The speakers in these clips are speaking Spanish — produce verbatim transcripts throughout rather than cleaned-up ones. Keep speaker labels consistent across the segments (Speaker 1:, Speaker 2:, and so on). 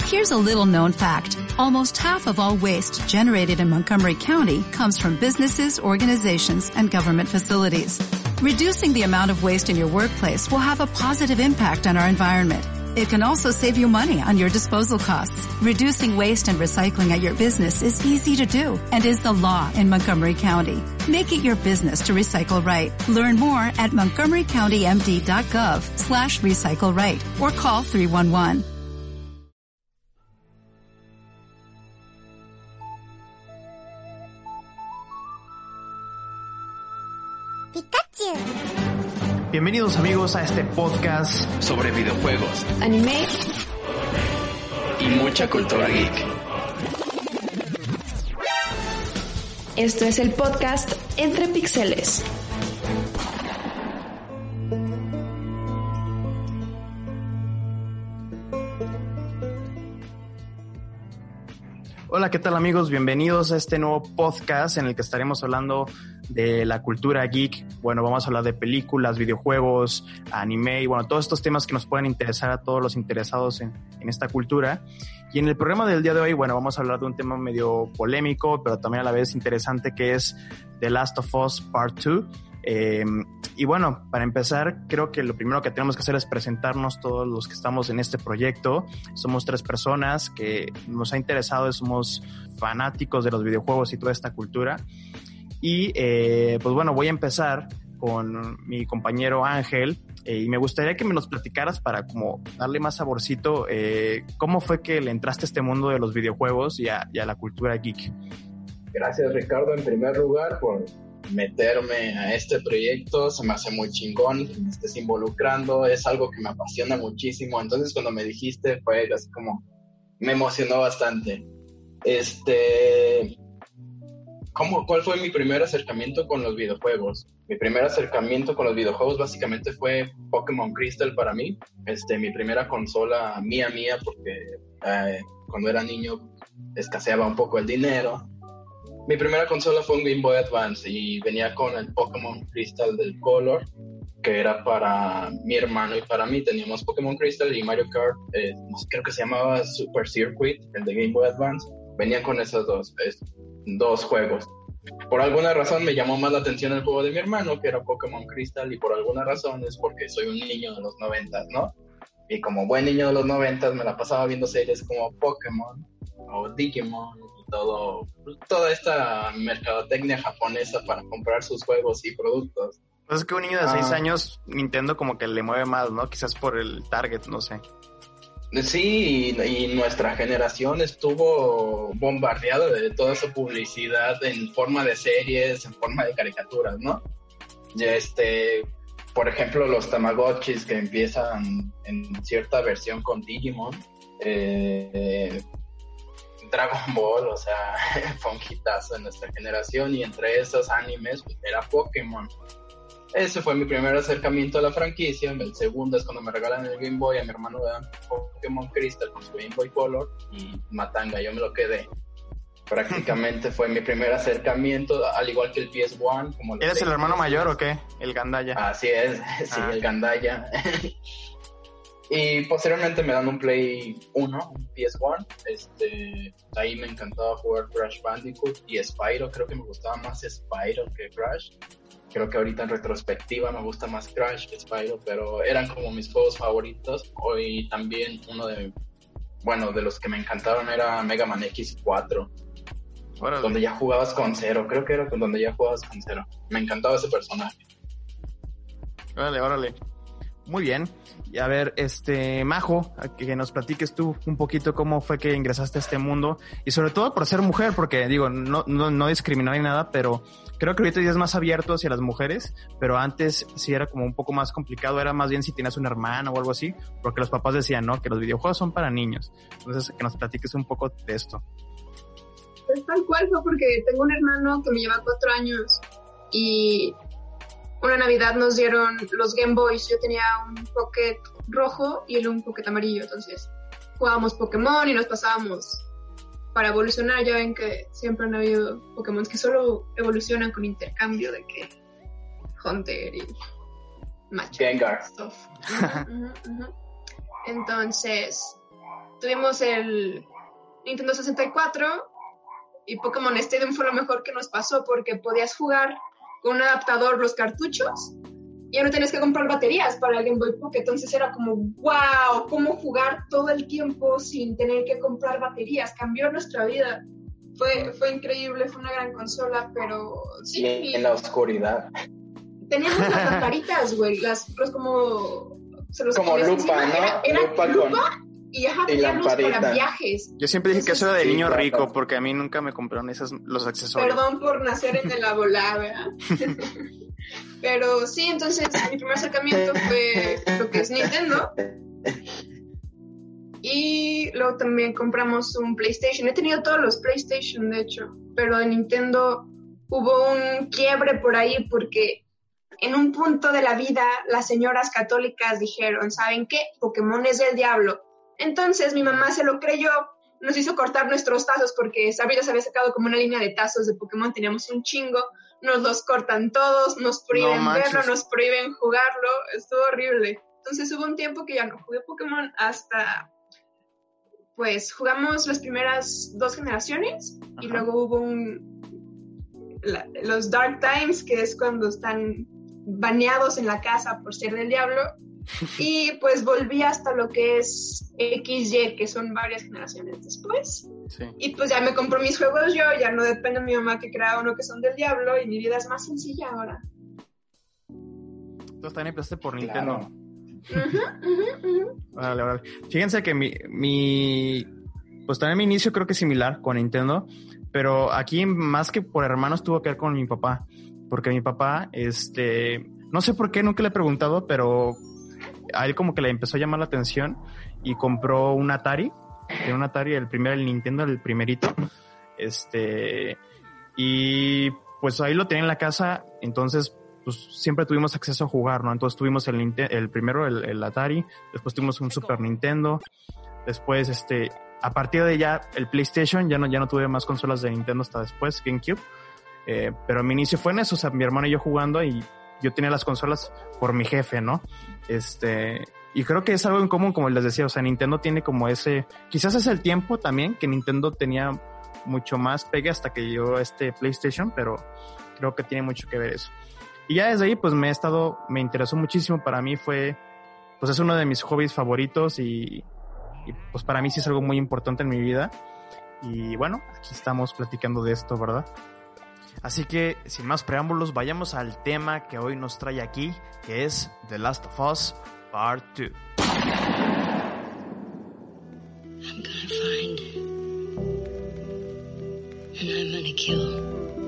Speaker 1: Here's a little known fact. Almost half of all waste generated in Montgomery County comes from businesses, organizations, and government facilities. Reducing the amount of waste in your workplace will have a positive impact on our environment. It can also save you money on your disposal costs. Reducing waste and recycling at your business is easy to do and is the law in Montgomery County. Make it your business to recycle right. Learn more at montgomery county m d dot gov slash recycle right or call three one one.
Speaker 2: Pikachu.
Speaker 3: Bienvenidos amigos a este podcast
Speaker 4: sobre videojuegos,
Speaker 5: anime
Speaker 4: y mucha cultura geek.
Speaker 5: Esto es el podcast Entre Pixeles.
Speaker 3: Hola, ¿qué tal amigos? Bienvenidos a este nuevo podcast en el que estaremos hablando de la cultura geek. Bueno, vamos a hablar de películas, videojuegos, anime y bueno, todos estos temas que nos pueden interesar a todos los interesados en, en esta cultura. Y en el programa del día de hoy, bueno, vamos a hablar de un tema medio polémico, pero también a la vez interesante, que es The Last of Us Part dos. Eh, y bueno, para empezar, creo que lo primero que tenemos que hacer es presentarnos todos los que estamos en este proyecto. Somos tres personas que nos ha interesado, somos fanáticos de los videojuegos y toda esta cultura. Y eh, pues bueno, voy a empezar con mi compañero Ángel eh, y me gustaría que me los platicaras para como darle más saborcito. Eh, ¿Cómo fue que le entraste a este mundo de los videojuegos y a, y a la cultura geek?
Speaker 6: Gracias, Ricardo, en primer lugar por meterme a este proyecto. Se me hace muy chingón que me estés involucrando, es algo que me apasiona muchísimo. Entonces cuando me dijiste fue así como me emocionó bastante. Este, ¿cómo, ¿cuál fue mi primer acercamiento con los videojuegos? Mi primer acercamiento con los videojuegos básicamente fue Pokémon Crystal para mí. Este, mi primera consola mía mía porque eh, cuando era niño escaseaba un poco el dinero. Mi primera consola fue un Game Boy Advance y venía con el Pokémon Crystal del Color, que era para mi hermano y para mí. Teníamos Pokémon Crystal y Mario Kart, eh, creo que se llamaba Super Circuit, el de Game Boy Advance. Venían con esos dos, es, dos juegos. Por alguna razón me llamó más la atención el juego de mi hermano, que era Pokémon Crystal, y por alguna razón es porque soy un niño de los noventas, ¿no? Y como buen niño de los noventas me la pasaba viendo series como Pokémon o Digimon, todo, toda esta mercadotecnia japonesa para comprar sus juegos y productos.
Speaker 3: Pues es que un niño de seis
Speaker 6: ah.
Speaker 3: años, Nintendo como que le mueve más, ¿no? Quizás por el target, no sé.
Speaker 6: Sí, y, y nuestra generación estuvo bombardeada de toda esa publicidad en forma de series, en forma de caricaturas, ¿no? Y este, por ejemplo, los Tamagotchis que empiezan en cierta versión con Digimon, eh, Dragon Ball, o sea, fue un hitazo en nuestra generación, y entre esos animes pues, era Pokémon. Ese fue mi primer acercamiento a la franquicia. El segundo es cuando me regalan el Game Boy, a mi hermano le dan Pokémon Crystal con su Game Boy Color y matanga, yo me lo quedé. Prácticamente fue mi primer acercamiento, al igual que el P S uno. Como
Speaker 3: ¿Eres el hermano mayor o qué? El Gandaya.
Speaker 6: Así es, sí, ah. el Gandaya. Y posteriormente me dan un Play uno, un P S uno. Este, ahí me encantaba jugar Crash Bandicoot y Spyro. Creo que me gustaba más Spyro que Crash. Creo que ahorita en retrospectiva me gusta más Crash que Spyro, pero eran como mis juegos favoritos. Hoy también uno de, bueno, de los que me encantaron era Mega Man X cuatro. Órale. Donde ya jugabas con Zero. Creo que era donde ya jugabas con Zero. Me encantaba ese personaje.
Speaker 3: Órale, órale. Muy bien. Y a ver, este, Majo, que nos platiques tú un poquito cómo fue que ingresaste a este mundo y sobre todo por ser mujer, porque digo, no, no, no discriminar ni nada, pero creo que ahorita ya es más abierto hacia las mujeres, pero antes sí era como un poco más complicado, era más bien si tenías un hermano o algo así, porque los papás decían, no, que los videojuegos son para niños. Entonces, que nos platiques un poco de esto.
Speaker 7: Pues tal cual fue porque tengo un hermano que me lleva cuatro años y una Navidad nos dieron los Game Boys. Yo tenía un Pocket rojo y él un Pocket amarillo, entonces jugábamos Pokémon y nos pasábamos para evolucionar. Ya ven que siempre han habido Pokémon que solo evolucionan con intercambio de que Hunter y Macho.
Speaker 6: Gengar.
Speaker 7: Stuff. Uh-huh, uh-huh, uh-huh. Entonces, tuvimos el Nintendo sesenta y cuatro y Pokémon Stadium fue lo mejor que nos pasó porque podías jugar con un adaptador los cartuchos y ya no tenías que comprar baterías para el Game Boy Pocket. Entonces era como, wow, cómo jugar todo el tiempo sin tener que comprar baterías. Cambió nuestra vida. Fue, fue increíble, fue una gran consola, pero sí.
Speaker 6: Y en la oscuridad.
Speaker 7: Teníamos las lamparitas, güey, las, los como... Se los
Speaker 6: como lupa,
Speaker 7: encima.
Speaker 6: ¿no?
Speaker 7: Era, era
Speaker 6: lupa,
Speaker 7: lupa
Speaker 6: con...
Speaker 7: y ajá,
Speaker 6: y
Speaker 7: teníamos
Speaker 6: lamparita.
Speaker 7: para viajes.
Speaker 3: Yo siempre dije que eso era de
Speaker 6: Sí,
Speaker 3: niño
Speaker 6: claro.
Speaker 3: rico, porque a mí nunca me compraron esos, los accesorios.
Speaker 7: Perdón por nacer en el abolá, ¿verdad? Pero sí, entonces mi primer acercamiento fue lo que es Nintendo. Y luego también compramos un PlayStation. He tenido todos los PlayStation, de hecho, pero de Nintendo hubo un quiebre por ahí porque en un punto de la vida las señoras católicas dijeron, ¿saben qué? Pokémon es del diablo. Entonces mi mamá se lo creyó, nos hizo cortar nuestros tazos porque Sabrina se había sacado como una línea de tazos de Pokémon, teníamos un chingo, nos los cortan todos, nos prohíben
Speaker 3: No
Speaker 7: verlo,
Speaker 3: manches.
Speaker 7: nos prohíben jugarlo, estuvo horrible. Entonces hubo un tiempo que ya no jugué Pokémon hasta, pues jugamos las primeras dos generaciones. Ajá. Y luego hubo un, la, los Dark Times, que es cuando están baneados en la casa por ser del diablo. Y pues volví hasta lo que es equis ye, que son varias generaciones después.
Speaker 3: Sí. Y
Speaker 7: pues ya me compro mis juegos yo, ya no depende de mi mamá que crea uno que son del diablo y mi vida es más sencilla ahora.
Speaker 3: Entonces también empezaste por Nintendo.
Speaker 6: Claro.
Speaker 7: Uh-huh, uh-huh, uh-huh.
Speaker 3: Vale, vale. Fíjense que mi, mi... Pues también mi inicio creo que es similar con Nintendo, pero aquí más que por hermanos tuvo que ver con mi papá, porque mi papá, este... No sé por qué, nunca le he preguntado, pero a él como que le empezó a llamar la atención y compró un Atari, era un Atari, el primer, el Nintendo, el primerito, este, y pues ahí lo tenía en la casa, entonces pues siempre tuvimos acceso a jugar, ¿no? Entonces tuvimos el, Ninte- el primero, el, el Atari, después tuvimos un Super Nintendo, después este, a partir de ya el PlayStation, ya no, ya no tuve más consolas de Nintendo hasta después, GameCube, eh, pero mi inicio fue en eso, o sea, mi hermano y yo jugando y yo tenía las consolas por mi jefe, ¿no? Este, y creo que es algo en común, como les decía, o sea, Nintendo tiene como ese, quizás es el tiempo también, que Nintendo tenía mucho más pegue hasta que llegó este PlayStation, pero creo que tiene mucho que ver eso. Y ya desde ahí, pues me he estado, me interesó muchísimo, para mí fue, pues es uno de mis hobbies favoritos y, y pues para mí sí es algo muy importante en mi vida. Y bueno, aquí estamos platicando de esto, ¿verdad? Así que, sin más preámbulos, vayamos al tema que hoy nos trae aquí, que es The Last of Us Part dos.
Speaker 8: I'm gonna find and I'm gonna kill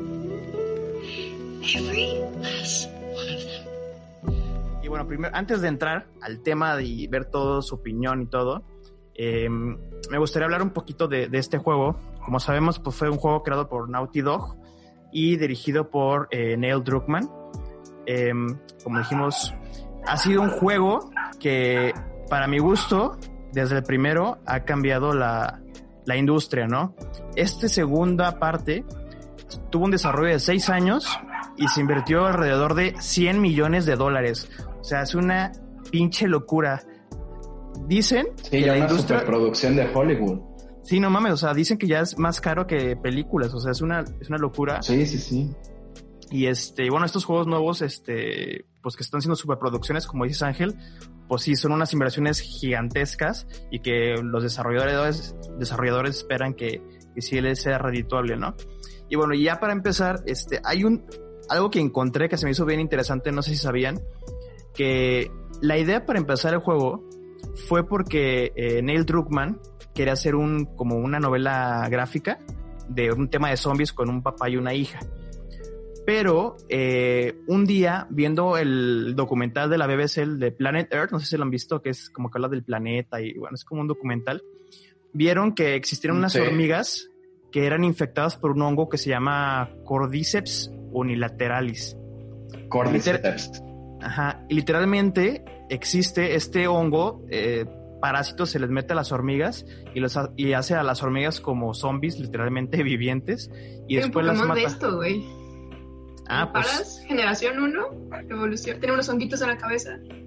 Speaker 8: every last one of them.
Speaker 3: Y bueno, primero, antes de entrar al tema y ver toda su opinión y todo, eh, me gustaría hablar un poquito de, de este juego. Como sabemos, pues fue un juego creado por Naughty Dog y dirigido por eh, Neil Druckmann. Eh, como dijimos, ha sido un juego que, para mi gusto, desde el primero ha cambiado la, la industria, ¿no? Esta segunda parte tuvo un desarrollo de seis años y se invirtió alrededor de cien millones de dólares. O sea, es una pinche locura. Dicen
Speaker 6: Sí,
Speaker 3: que
Speaker 6: ya
Speaker 3: la
Speaker 6: una
Speaker 3: industria...
Speaker 6: superproducción de Hollywood.
Speaker 3: Sí, no mames, o sea, dicen que ya es más caro que películas, o sea, es una, es una locura.
Speaker 6: Sí, sí, sí.
Speaker 3: Y este, bueno, estos juegos nuevos, este, pues que están siendo superproducciones, como dices Ángel, pues sí, son unas inversiones gigantescas y que los desarrolladores, desarrolladores esperan que, que sí les sea redituable, ¿no? Y bueno, ya para empezar, este, hay un, algo que encontré que se me hizo bien interesante, no sé si sabían, que la idea para empezar el juego fue porque eh, Neil Druckmann quería hacer un, como una novela gráfica de un tema de zombies con un papá y una hija. Pero eh, un día, viendo el documental de la B B C, el de Planet Earth, no sé si lo han visto, que es como que habla del planeta y bueno, es como un documental, vieron que existieron unas
Speaker 6: Sí.
Speaker 3: hormigas que eran infectadas por un hongo que se llama Cordyceps unilateralis.
Speaker 6: Cordyceps.
Speaker 3: Ajá, y literalmente existe este hongo, eh, parásitos se les mete a las hormigas y, los ha- y hace a las hormigas como zombies, literalmente vivientes, y
Speaker 7: Hay un
Speaker 3: después las
Speaker 7: Pokémon
Speaker 3: mata.
Speaker 7: de esto, güey.
Speaker 3: Ah, pues
Speaker 7: ¿Paras? Generación uno, evolución. Tiene unos honguitos en la cabeza.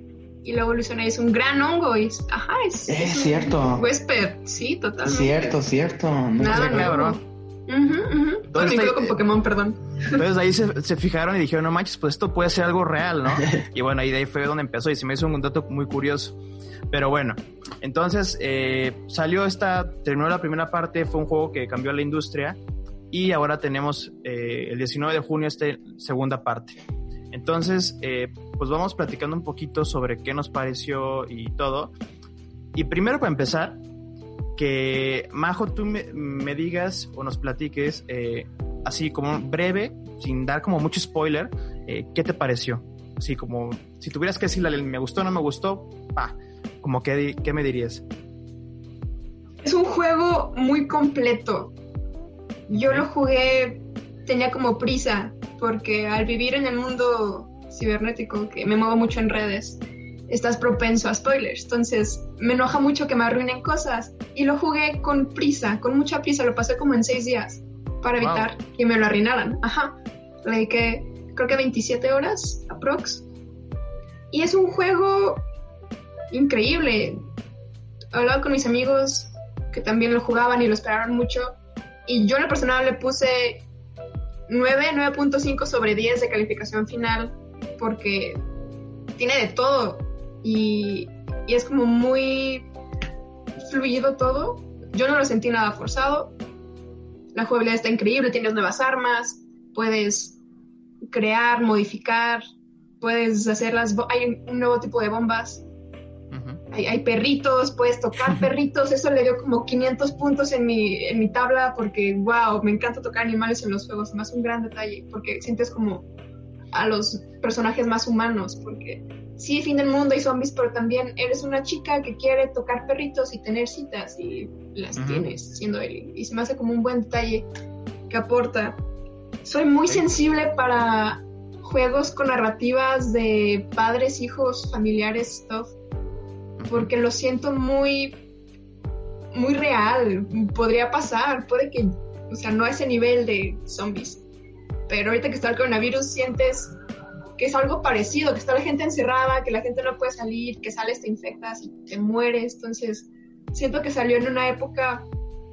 Speaker 7: y luego evoluciona y es un gran hongo. Y es, ajá, es,
Speaker 6: Es
Speaker 7: es
Speaker 6: cierto.
Speaker 7: un huésped, sí, totalmente.
Speaker 6: Cierto, cierto. No
Speaker 7: Nada
Speaker 6: sé,
Speaker 7: nuevo.
Speaker 3: cabrón.
Speaker 7: Uh-huh, uh-huh. Bueno,
Speaker 3: Entonces,
Speaker 7: y luego
Speaker 3: eh,
Speaker 7: con Pokémon, perdón.
Speaker 3: Entonces ahí se, se fijaron y dijeron, no manches, pues esto puede ser algo real, ¿no? Y bueno, ahí de ahí fue donde empezó y se me hizo un dato muy curioso. Pero bueno, entonces eh, salió esta, terminó la primera parte, fue un juego que cambió la industria y ahora tenemos eh, el diecinueve de junio esta segunda parte. Entonces, eh, pues vamos platicando un poquito sobre qué nos pareció y todo. Y primero para empezar, que Majo, tú me, me digas o nos platiques eh, así como breve, sin dar como mucho spoiler, eh, ¿qué te pareció? Así como, si tuvieras que decirle, me gustó o no me gustó, pa, como qué, qué me dirías.
Speaker 7: Es un juego muy completo. Yo
Speaker 3: Ok.
Speaker 7: lo jugué, tenía como prisa, porque al vivir en el mundo cibernético, que me muevo mucho en redes, estás propenso a spoilers. Entonces, me enoja mucho que me arruinen cosas. Y lo jugué con prisa, con mucha prisa. Lo pasé como en seis días para
Speaker 3: Wow.
Speaker 7: evitar que me lo arruinaran. Ajá. Le dediqué, creo que veintisiete horas, aprox. Y es un juego increíble. Hablaba con mis amigos que también lo jugaban y lo esperaron mucho. Y yo en lo personal le puse nueve, nueve punto cinco sobre diez de calificación final, porque tiene de todo y, y es como muy fluido todo. Yo no lo sentí nada forzado. La jugabilidad está increíble, tienes nuevas armas, puedes crear, modificar, puedes hacerlas. bo- Hay un nuevo tipo de bombas.
Speaker 3: Uh-huh.
Speaker 7: Hay, hay perritos, puedes tocar perritos. Eso le dio como quinientos puntos en mi, en mi tabla, porque wow, me encanta tocar animales en los juegos. Se me hace un gran detalle, porque sientes como a los personajes más humanos, porque sí, fin del mundo y zombies, pero también eres una chica que quiere tocar perritos y tener citas y las
Speaker 3: Ujú.
Speaker 7: tienes siendo él. Y se me hace como un buen detalle que aporta. Soy muy sensible para juegos con narrativas de padres, hijos, familiares, stuff, porque lo siento muy muy real. Podría pasar, puede que, o sea, no a ese nivel de zombies, pero ahorita que está el coronavirus sientes que es algo parecido, que está la gente encerrada, que la gente no puede salir, que sales, te infectas y te mueres. Entonces siento que salió en una época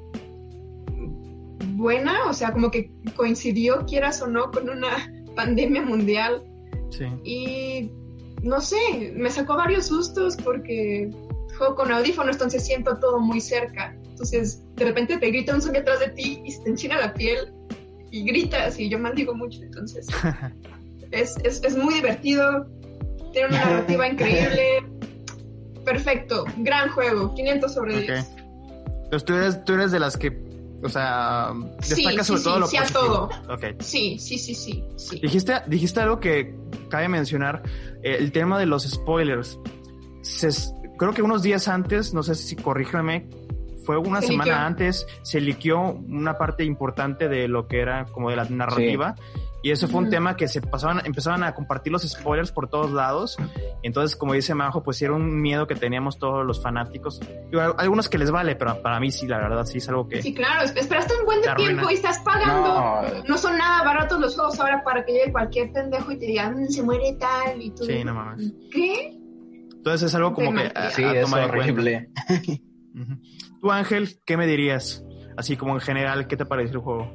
Speaker 7: buena, o sea, como que coincidió, quieras o no, con una pandemia mundial.
Speaker 3: Sí.
Speaker 7: Y no sé, me sacó varios sustos porque juego con audífonos, entonces siento todo muy cerca. Entonces, de repente te grita un zombie atrás de ti y se te enchina la piel y gritas y yo maldigo mucho. Entonces, es, es, es muy divertido, tiene una narrativa increíble. Perfecto, gran juego, quinientos sobre diez.
Speaker 3: Ok. Entonces tú eres, tú eres de las que, o sea,
Speaker 7: Sí,
Speaker 3: destacas
Speaker 7: sí,
Speaker 3: sobre todo
Speaker 7: sí,
Speaker 3: lo
Speaker 7: sí a
Speaker 3: positivo.
Speaker 7: todo.
Speaker 3: Ok.
Speaker 7: Sí, sí, sí, sí, sí.
Speaker 3: Dijiste, dijiste algo que cabe mencionar, eh, el tema de los spoilers. Se, creo que unos días antes, no sé si corrígeme, fue una
Speaker 7: Se
Speaker 3: semana
Speaker 7: liqueó.
Speaker 3: antes, se liqueó una parte importante de lo que era como de la narrativa. Y eso fue un
Speaker 7: Ujú.
Speaker 3: tema que se pasaban, empezaban a compartir los spoilers por todos lados. Entonces, como dice Majo, pues sí era un miedo que teníamos todos los fanáticos. Digo, a algunos que les vale, pero para mí sí, la verdad, sí es algo que...
Speaker 7: Sí, claro, esp- esperaste un buen
Speaker 3: Te
Speaker 7: de
Speaker 3: arruina.
Speaker 7: tiempo y estás pagando.
Speaker 6: No,
Speaker 7: No son nada baratos los juegos ahora para que llegue cualquier pendejo y te diga, "Mm, se muere tal", y tú,
Speaker 3: Sí, no mames.
Speaker 7: ¿qué?
Speaker 3: Entonces es algo como que a,
Speaker 6: sí,
Speaker 3: a
Speaker 6: es
Speaker 3: tomar en cuenta.
Speaker 6: horrible.
Speaker 3: Ujú. Tú, Ángel, ¿qué me dirías? Así como en general, ¿qué te pareció el juego?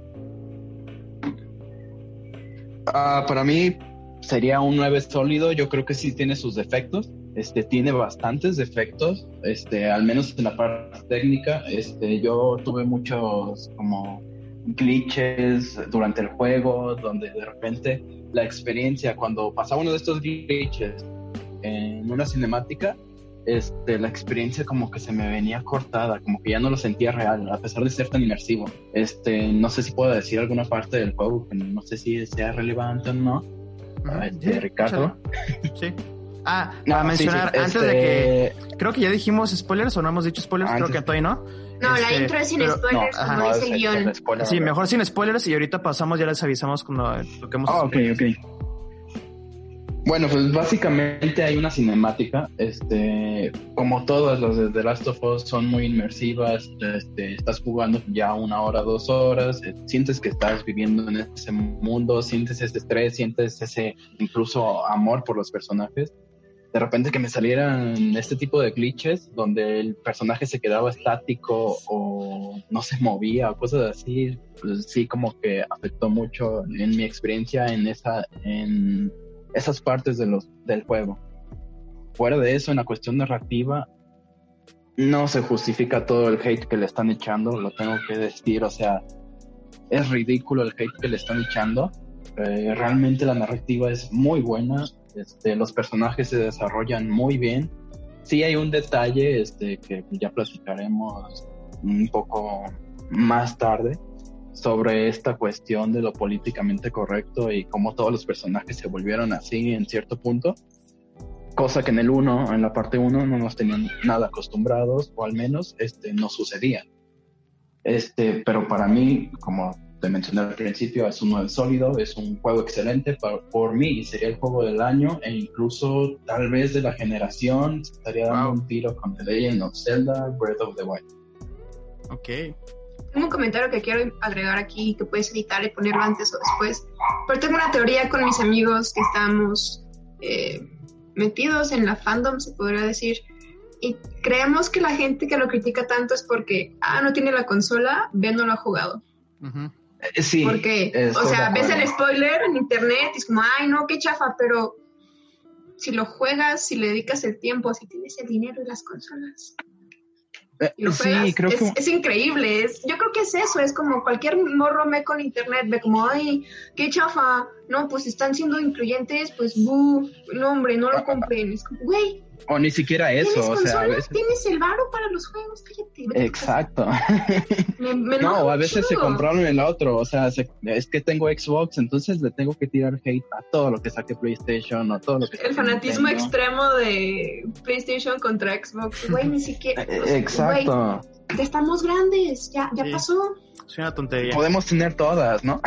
Speaker 6: Ah, para mí sería un nueve sólido. Yo creo que sí tiene sus defectos. Este, tiene bastantes defectos, este, al menos en la parte técnica. Este, yo tuve muchos como glitches durante el juego, donde de repente la experiencia, cuando pasaba uno de estos glitches en una cinemática, este, la experiencia como que se me venía cortada, como que ya no lo sentía real, a pesar de ser tan inmersivo. Este, no sé si puedo decir alguna parte del juego que no sé si sea relevante o no.
Speaker 3: Ujú.
Speaker 6: Este,
Speaker 3: Sí,
Speaker 6: Ricardo.
Speaker 3: échale. Sí. Ah,
Speaker 6: No,
Speaker 3: para
Speaker 6: sí,
Speaker 3: mencionar,
Speaker 6: sí,
Speaker 3: antes
Speaker 6: este,
Speaker 3: de que... Creo que ya dijimos spoilers o no hemos dicho spoilers,
Speaker 6: Antes-
Speaker 3: creo que todavía no.
Speaker 7: No, la
Speaker 3: Este,
Speaker 7: intro es sin
Speaker 3: pero-
Speaker 7: spoilers,
Speaker 3: no,
Speaker 7: como
Speaker 3: ajá,
Speaker 7: dice el guión.
Speaker 6: spoiler,
Speaker 3: Sí,
Speaker 6: ¿verdad?
Speaker 3: mejor sin spoilers y ahorita pasamos, ya les avisamos cuando toquemos.
Speaker 6: Ah, ok, ok. Bueno, pues básicamente hay una cinemática, este, como todas las de The Last of Us son muy inmersivas, este, estás jugando ya una hora, dos horas, eh, sientes que estás viviendo en ese mundo, sientes ese estrés, sientes ese incluso amor por los personajes. de repente que me salieran este tipo de glitches donde el personaje se quedaba estático o no se movía o cosas así, pues sí como que afectó mucho en mi experiencia en esa en esas partes de los del juego. Fuera de eso, en la cuestión narrativa, no se justifica todo el hate que le están echando, lo tengo que decir, o sea, es ridículo el hate que le están echando. Eh, realmente la narrativa es muy buena. Este, los personajes se desarrollan muy bien. Sí hay un detalle este, que ya platicaremos un poco más tarde sobre esta cuestión de lo políticamente correcto y cómo todos los personajes se volvieron así en cierto punto, cosa que en el uno, en la parte uno, no nos tenían nada acostumbrados, o al menos este, no sucedía. Este, pero para mí, como te mencioné al principio, es un nueve sólido, es un juego excelente. Por, por mí sería el juego del año e incluso tal vez de la generación. Estaría dando wow. un tiro con The Legend of Zelda Breath of the Wild.
Speaker 3: Ok.
Speaker 7: Tengo un comentario que quiero agregar aquí, que puedes editar y ponerlo antes o después, pero tengo una teoría con mis amigos que estamos eh, metidos en la fandom, se podría decir, y creemos que la gente que lo critica tanto es porque ah, no tiene la consola, B no lo ha jugado.
Speaker 3: Uh-huh.
Speaker 6: Sí,
Speaker 7: porque, o sea, ves el spoiler en internet y es como, ay, no, qué chafa, pero si lo juegas, si le dedicas el tiempo, si tienes el dinero y las consolas, y lo juegas,
Speaker 6: sí, creo
Speaker 7: es,
Speaker 6: que...
Speaker 7: es increíble. Es, yo creo que es eso, es como cualquier morro me con internet, ve como, ay, qué chafa, no, pues están siendo incluyentes, pues, buh, no, hombre, no lo compren. Es como, güey.
Speaker 6: O ni siquiera eso, o sea, a veces...
Speaker 7: tienes el varo para los juegos, cállate.
Speaker 6: Exacto.
Speaker 7: Me, me
Speaker 6: no, a veces
Speaker 7: chido.
Speaker 6: se compraron el otro, o sea, se, es que tengo Xbox, entonces le tengo que tirar hate a todo lo que saque PlayStation o todo lo que saque
Speaker 7: el fanatismo
Speaker 6: Nintendo.
Speaker 7: Extremo de PlayStation contra Xbox, güey, ni siquiera.
Speaker 6: Exacto.
Speaker 7: Wey, ya estamos grandes, ya, ya sí. pasó.
Speaker 3: Es una tontería.
Speaker 6: Podemos tener todas, ¿no?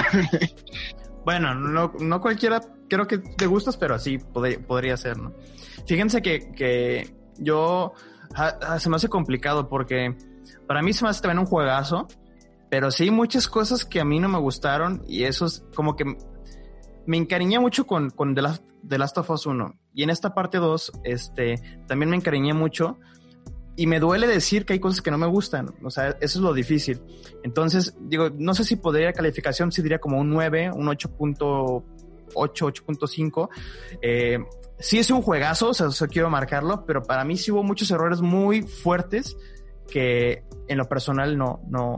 Speaker 3: Bueno, no, no cualquiera, creo que te gustas, pero así pod- podría ser, ¿no? Fíjense que, que yo a, se me hace complicado porque para mí se me hace también un juegazo, pero sí hay muchas cosas que a mí no me gustaron y eso es como que me encariñé mucho con, con The Last, The Last of Us uno y en esta parte dos este, también me encariñé mucho y me duele decir que hay cosas que no me gustan, o sea, eso es lo difícil. Entonces, digo, no sé si podría calificación, sí diría como un nueve, un ocho punto ocho, ocho punto cinco. Eh, sí es un juegazo, o sea, eso quiero marcarlo, pero para mí sí hubo muchos errores muy fuertes que en lo personal no, no,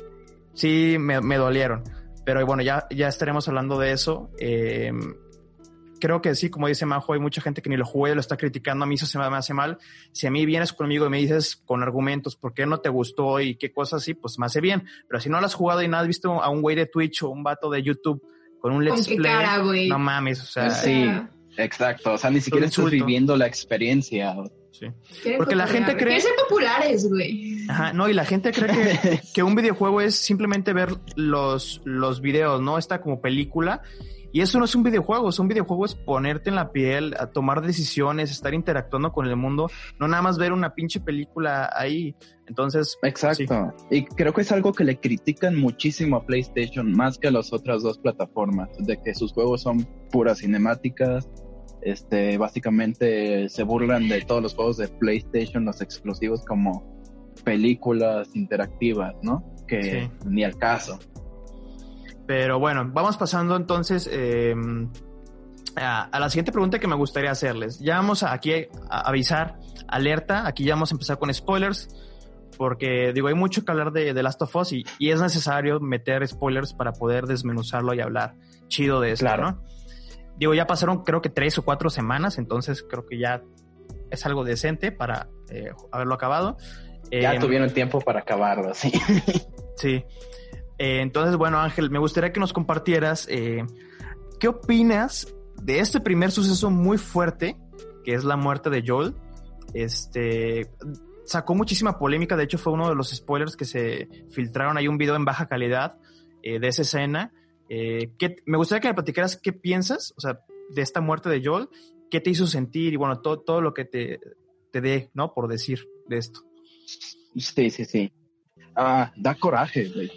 Speaker 3: sí me, me dolieron. Pero bueno, ya, ya estaremos hablando de eso. Eh, creo que sí, como dice Majo, hay mucha gente que ni lo juega y lo está criticando. A mí eso se me hace mal. Si a mí vienes conmigo y me dices con argumentos por qué no te gustó y qué cosas así, pues me hace bien. Pero si no lo has jugado y nada, has visto a un güey de Twitch o un vato de YouTube con un let's
Speaker 7: play,
Speaker 3: cara,
Speaker 7: no
Speaker 3: mames, o sea,
Speaker 7: o
Speaker 6: sí,
Speaker 7: sea,
Speaker 6: exacto, o sea, ni siquiera estás viviendo la experiencia.
Speaker 3: Sí. Porque la gente cree...
Speaker 7: Quieren ser populares, güey.
Speaker 3: Ajá, no, y la gente cree que, que un videojuego es simplemente ver los, los videos, ¿no? Esta como película. Y eso no es un videojuego, es un videojuego es ponerte en la piel, a tomar decisiones, estar interactuando con el mundo, no nada más ver una pinche película ahí. Entonces,
Speaker 6: exacto. Sí. Y creo que es algo que le critican muchísimo a PlayStation, más que a las otras dos plataformas, de que sus juegos son puras cinemáticas. Este, básicamente se burlan de todos los juegos de PlayStation, los exclusivos, como películas interactivas, ¿no? Que sí. Ni al caso.
Speaker 3: Pero bueno, vamos pasando entonces eh, a, a la siguiente pregunta que me gustaría hacerles. Ya vamos a, aquí a avisar, alerta, aquí ya vamos a empezar con spoilers, porque digo, hay mucho que hablar de, de Last of Us y, y es necesario meter spoilers para poder desmenuzarlo y hablar chido de esto, claro. ¿No? Digo, ya pasaron creo que tres o cuatro semanas, entonces creo que ya es algo decente para eh, haberlo acabado.
Speaker 6: Ya
Speaker 3: eh,
Speaker 6: tuvieron tiempo para acabarlo, sí.
Speaker 3: Sí. Eh, entonces, bueno, Ángel, me gustaría que nos compartieras eh, ¿qué opinas de este primer suceso muy fuerte, que es la muerte de Joel? Este sacó muchísima polémica, de hecho fue uno de los spoilers que se filtraron, hay un video en baja calidad eh, de esa escena. Eh, ¿qué, me gustaría que me platicaras qué piensas, o sea, de esta muerte de Joel, qué te hizo sentir y bueno, todo, todo lo que te, te dé, ¿no? Por decir de esto.
Speaker 6: Sí, sí, sí. Ah, da coraje, güey.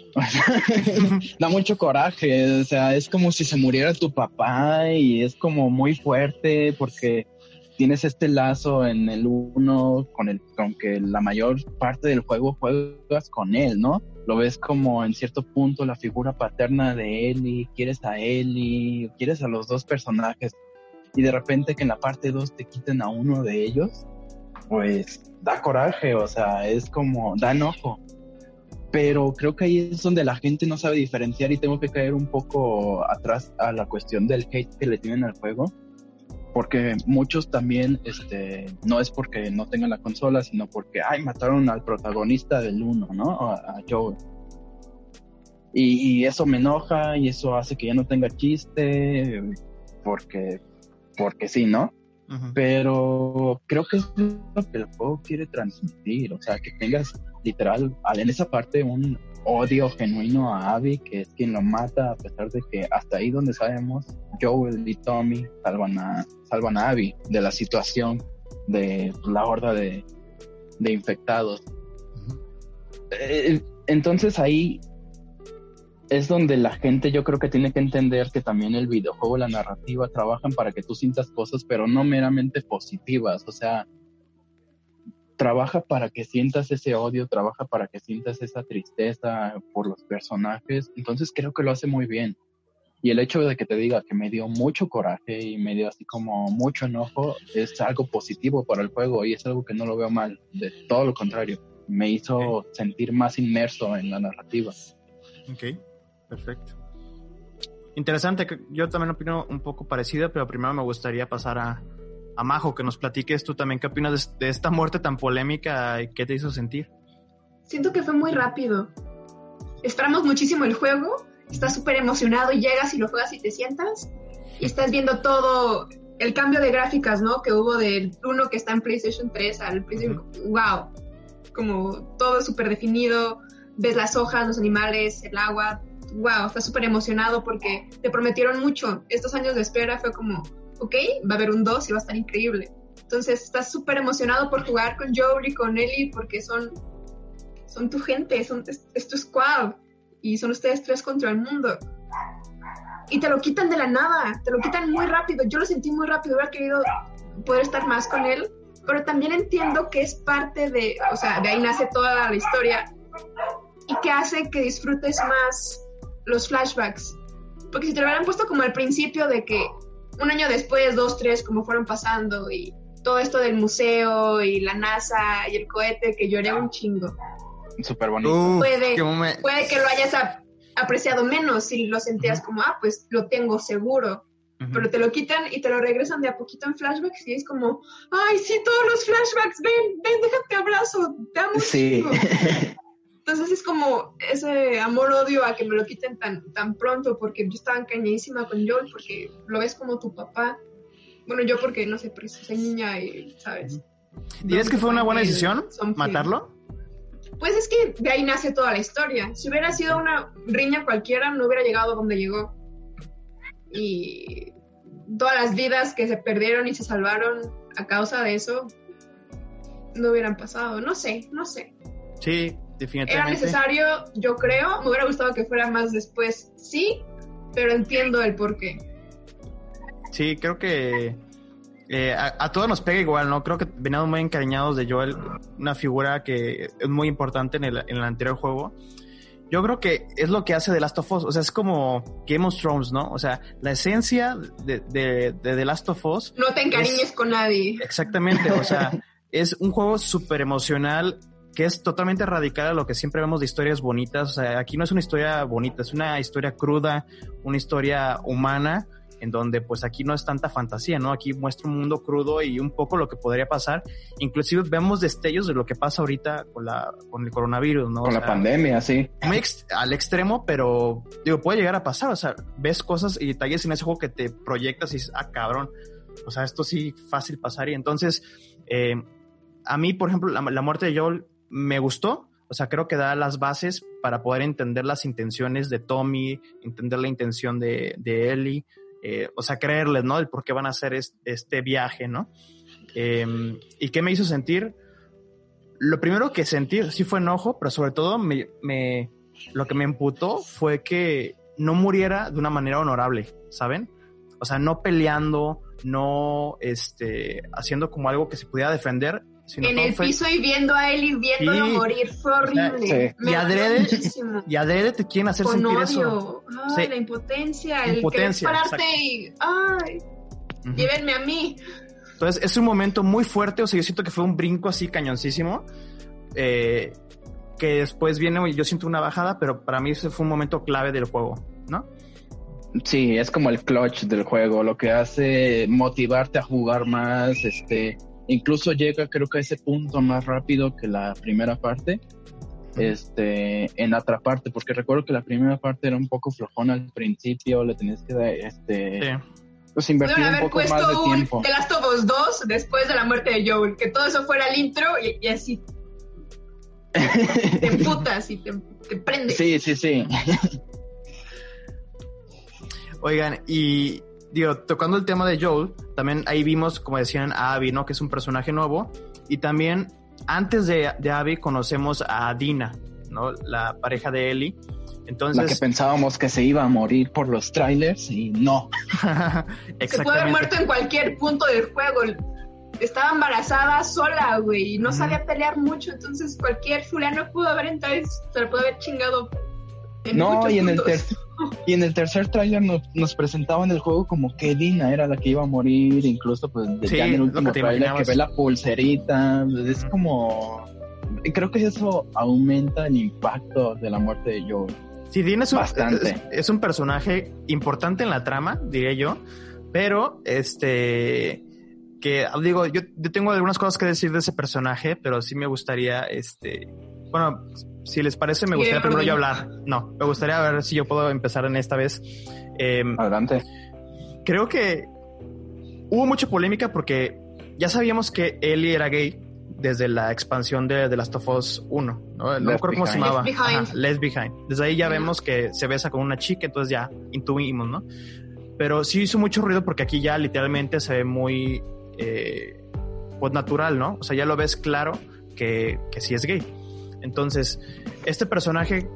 Speaker 6: Da mucho coraje, o sea, es como si se muriera tu papá y es como muy fuerte porque tienes este lazo en el uno con el con que la mayor parte del juego juegas con él, ¿no? Lo ves como en cierto punto la figura paterna de Ellie, quieres a Ellie, quieres a los dos personajes, y de repente que en la parte dos te quiten a uno de ellos, pues da coraje, o sea, es como, da enojo. Pero creo que ahí es donde la gente no sabe diferenciar, y tengo que caer un poco atrás a la cuestión del hate que le tienen al juego, porque muchos también, este, no es porque no tengan la consola, sino porque, ay, mataron al protagonista del uno, ¿no? A, a Joel. Y, y eso me enoja, y eso hace que ya no tenga chiste, porque, porque sí, ¿no? Uh-huh. Pero creo que es lo que el juego quiere transmitir, o sea, que tengas literal en esa parte un odio genuino a Abby, que es quien lo mata, a pesar de que hasta ahí donde sabemos Joel y Tommy salvan a, salvan a Abby de la situación de la horda de, de infectados. Uh-huh. eh, entonces ahí es donde la gente, yo creo que tiene que entender que también el videojuego, la narrativa trabajan para que tú sientas cosas, pero no meramente positivas, o sea, trabaja para que sientas ese odio, trabaja para que sientas esa tristeza por los personajes. Entonces creo que lo hace muy bien. Y el hecho de que te diga que me dio mucho coraje y me dio así como mucho enojo es algo positivo para el juego, y es algo que no lo veo mal, de todo lo contrario. Me hizo okay. sentir más inmerso en la narrativa.
Speaker 3: Ok, perfecto. Interesante, yo también opino un poco parecido, pero primero me gustaría pasar a a Majo, que nos platiques tú también qué opinas de, de esta muerte tan polémica y qué te hizo sentir.
Speaker 7: Siento que fue muy rápido. Esperamos muchísimo el juego, estás súper emocionado y llegas y lo juegas y te sientas y estás viendo todo el cambio de gráficas, ¿no? Que hubo del uno que está en PlayStation tres al PlayStation... Uh-huh. ¡Wow! Como todo súper definido, ves las hojas, los animales, el agua. ¡Wow! Estás súper emocionado porque te prometieron mucho. Estos años de espera fue como... ok, va a haber un dos y va a estar increíble. Entonces estás súper emocionado por jugar con Joel y con Ellie porque son, son tu gente, son, es, es tu squad y son ustedes tres contra el mundo. Y te lo quitan de la nada, te lo quitan muy rápido. Yo lo sentí muy rápido, hubiera querido poder estar más con él, pero también entiendo que es parte de, o sea, de ahí nace toda la historia y que hace que disfrutes más los flashbacks. Porque si te lo hubieran puesto como al principio de que un año después, dos, tres, como fueron pasando, y todo esto del museo y la NASA y el cohete, que lloré un chingo.
Speaker 6: Súper bonito.
Speaker 3: Uh,
Speaker 7: puede, puede que lo hayas ap- apreciado menos si lo sentías uh-huh. como, ah, pues lo tengo seguro. Uh-huh. Pero te lo quitan y te lo regresan de a poquito en flashbacks y es como, ay, sí, todos los flashbacks, ven, ven, déjate abrazo, te amo. Sí. Entonces es como ese amor-odio a que me lo quiten tan, tan pronto, porque yo estaba encañadísima con Joel, porque lo ves como tu papá. Bueno, yo porque, no sé, porque soy niña y, ¿sabes?
Speaker 3: ¿Dirías no, que fue una buena decisión matarlo?
Speaker 7: Pues es que de ahí nace toda la historia. Si hubiera sido una riña cualquiera, no hubiera llegado a donde llegó. Y todas las vidas que se perdieron y se salvaron a causa de eso no hubieran pasado. No sé, no sé.
Speaker 3: Sí, definitivamente.
Speaker 7: Era necesario, yo creo. Me hubiera gustado que fuera más después, sí, pero entiendo el porqué. Sí,
Speaker 3: creo que eh, a, a todos nos pega igual, ¿no? Creo que veníamos muy encariñados de Joel, una figura que es muy importante en el, en el anterior juego. Yo creo que es lo que hace The Last of Us, o sea, es como Game of Thrones, ¿no? O sea, la esencia de, de, de The Last of Us...
Speaker 7: No te encariñes es, con nadie.
Speaker 3: Exactamente, o sea, es un juego súper emocional que es totalmente radical a lo que siempre vemos de historias bonitas. O sea, aquí no es una historia bonita, es una historia cruda, una historia humana, en donde pues aquí no es tanta fantasía, ¿no? Aquí muestra un mundo crudo y un poco lo que podría pasar. Inclusive vemos destellos de lo que pasa ahorita con la con el coronavirus, ¿no?
Speaker 6: Con o sea, la pandemia, sí.
Speaker 3: Muy ex- al extremo, pero digo, puede llegar a pasar. O sea, ves cosas y detalles en ese juego que te proyectas y dices, ah, cabrón, o sea, esto sí fácil pasaría. Entonces, eh, a mí, por ejemplo, la, la muerte de Joel me gustó. O sea, creo que da las bases para poder entender las intenciones de Tommy, entender la intención de, de Ellie. Eh, o sea, creerles, ¿no? El por qué van a hacer es, este viaje, ¿no? Eh, ¿Y qué me hizo sentir? Lo primero que sentí sí fue enojo, pero sobre todo me, me, lo que me emputó fue que no muriera de una manera honorable, ¿saben? O sea, no peleando, no este, haciendo como algo que se pudiera defender. Sino
Speaker 7: en el
Speaker 3: fue...
Speaker 7: piso y viendo a Ellie viéndolo
Speaker 3: sí.
Speaker 7: morir, fue horrible.
Speaker 3: O sea, sí.
Speaker 7: Me
Speaker 3: y, adrede,
Speaker 7: muchísimo.
Speaker 3: y adrede te quieren hacer
Speaker 7: Con
Speaker 3: sentir
Speaker 7: odio.
Speaker 3: eso.
Speaker 7: Ay,
Speaker 3: sí.
Speaker 7: la impotencia,
Speaker 3: impotencia,
Speaker 7: el querer pararte y, ay, uh-huh. llévenme a mí.
Speaker 3: Entonces es un momento muy fuerte, o sea, yo siento que fue un brinco así cañoncísimo, eh, que después viene, yo siento una bajada, pero para mí ese fue un momento clave del juego, ¿no?
Speaker 6: Sí, es como el clutch del juego, lo que hace motivarte a jugar más, este... Incluso llega, creo que a ese punto más rápido que la primera parte, este, en atraparte, porque recuerdo que la primera parte era un poco flojona al principio, le tenías que dar, este, sí. pues invertir un poco más de tiempo.
Speaker 7: The Last of Us dos después de la muerte de Joel, que todo eso fuera el intro y, y así te emputas y te, te prendes.
Speaker 6: Sí, sí, sí.
Speaker 3: Oigan, y digo, tocando el tema de Joel, también ahí vimos, como decían, a Abby, ¿no? Que es un personaje nuevo. Y también, antes de, de Abby, conocemos a Dina, ¿no? La pareja de Ellie. Entonces...
Speaker 6: La que pensábamos que se iba a morir por los trailers y no.
Speaker 7: Se puede haber muerto en cualquier punto del juego. Estaba embarazada sola, güey, y no mm. sabía pelear mucho. Entonces, cualquier fulano pudo haber entrado y se lo pudo haber chingado. En
Speaker 6: no, y en, el ter-
Speaker 7: oh.
Speaker 6: y en el tercer tráiler nos, nos presentaban el juego como que Dina era la que iba a morir, incluso pues
Speaker 3: sí,
Speaker 6: ya en el último tráiler que ve la pulserita, es
Speaker 3: uh-huh.
Speaker 6: como... Creo que eso aumenta el impacto de la muerte de Joel.
Speaker 3: Sí, Dina es un,
Speaker 6: Bastante.
Speaker 3: Es, es un personaje importante en la trama, diría yo, pero este... que digo, yo, yo tengo algunas cosas que decir de ese personaje, pero sí me gustaría, este... Bueno... Si les parece, me gustaría yeah, primero yo hablar. No, me gustaría ver si yo puedo empezar en esta vez. Eh,
Speaker 6: Adelante.
Speaker 3: Creo que hubo mucha polémica porque ya sabíamos que Ellie era gay desde la expansión de The Last of Us uno, ¿no? No recuerdo cómo se llamaba.
Speaker 7: Left Behind.
Speaker 3: Ajá, Left Behind. Desde ahí ya yeah. vemos que se besa con una chica, entonces ya intuimos, ¿no? Pero sí hizo mucho ruido porque aquí ya literalmente se ve muy eh, pues natural, ¿no? O sea, ya lo ves claro que, que sí es gay. Entonces, este personaje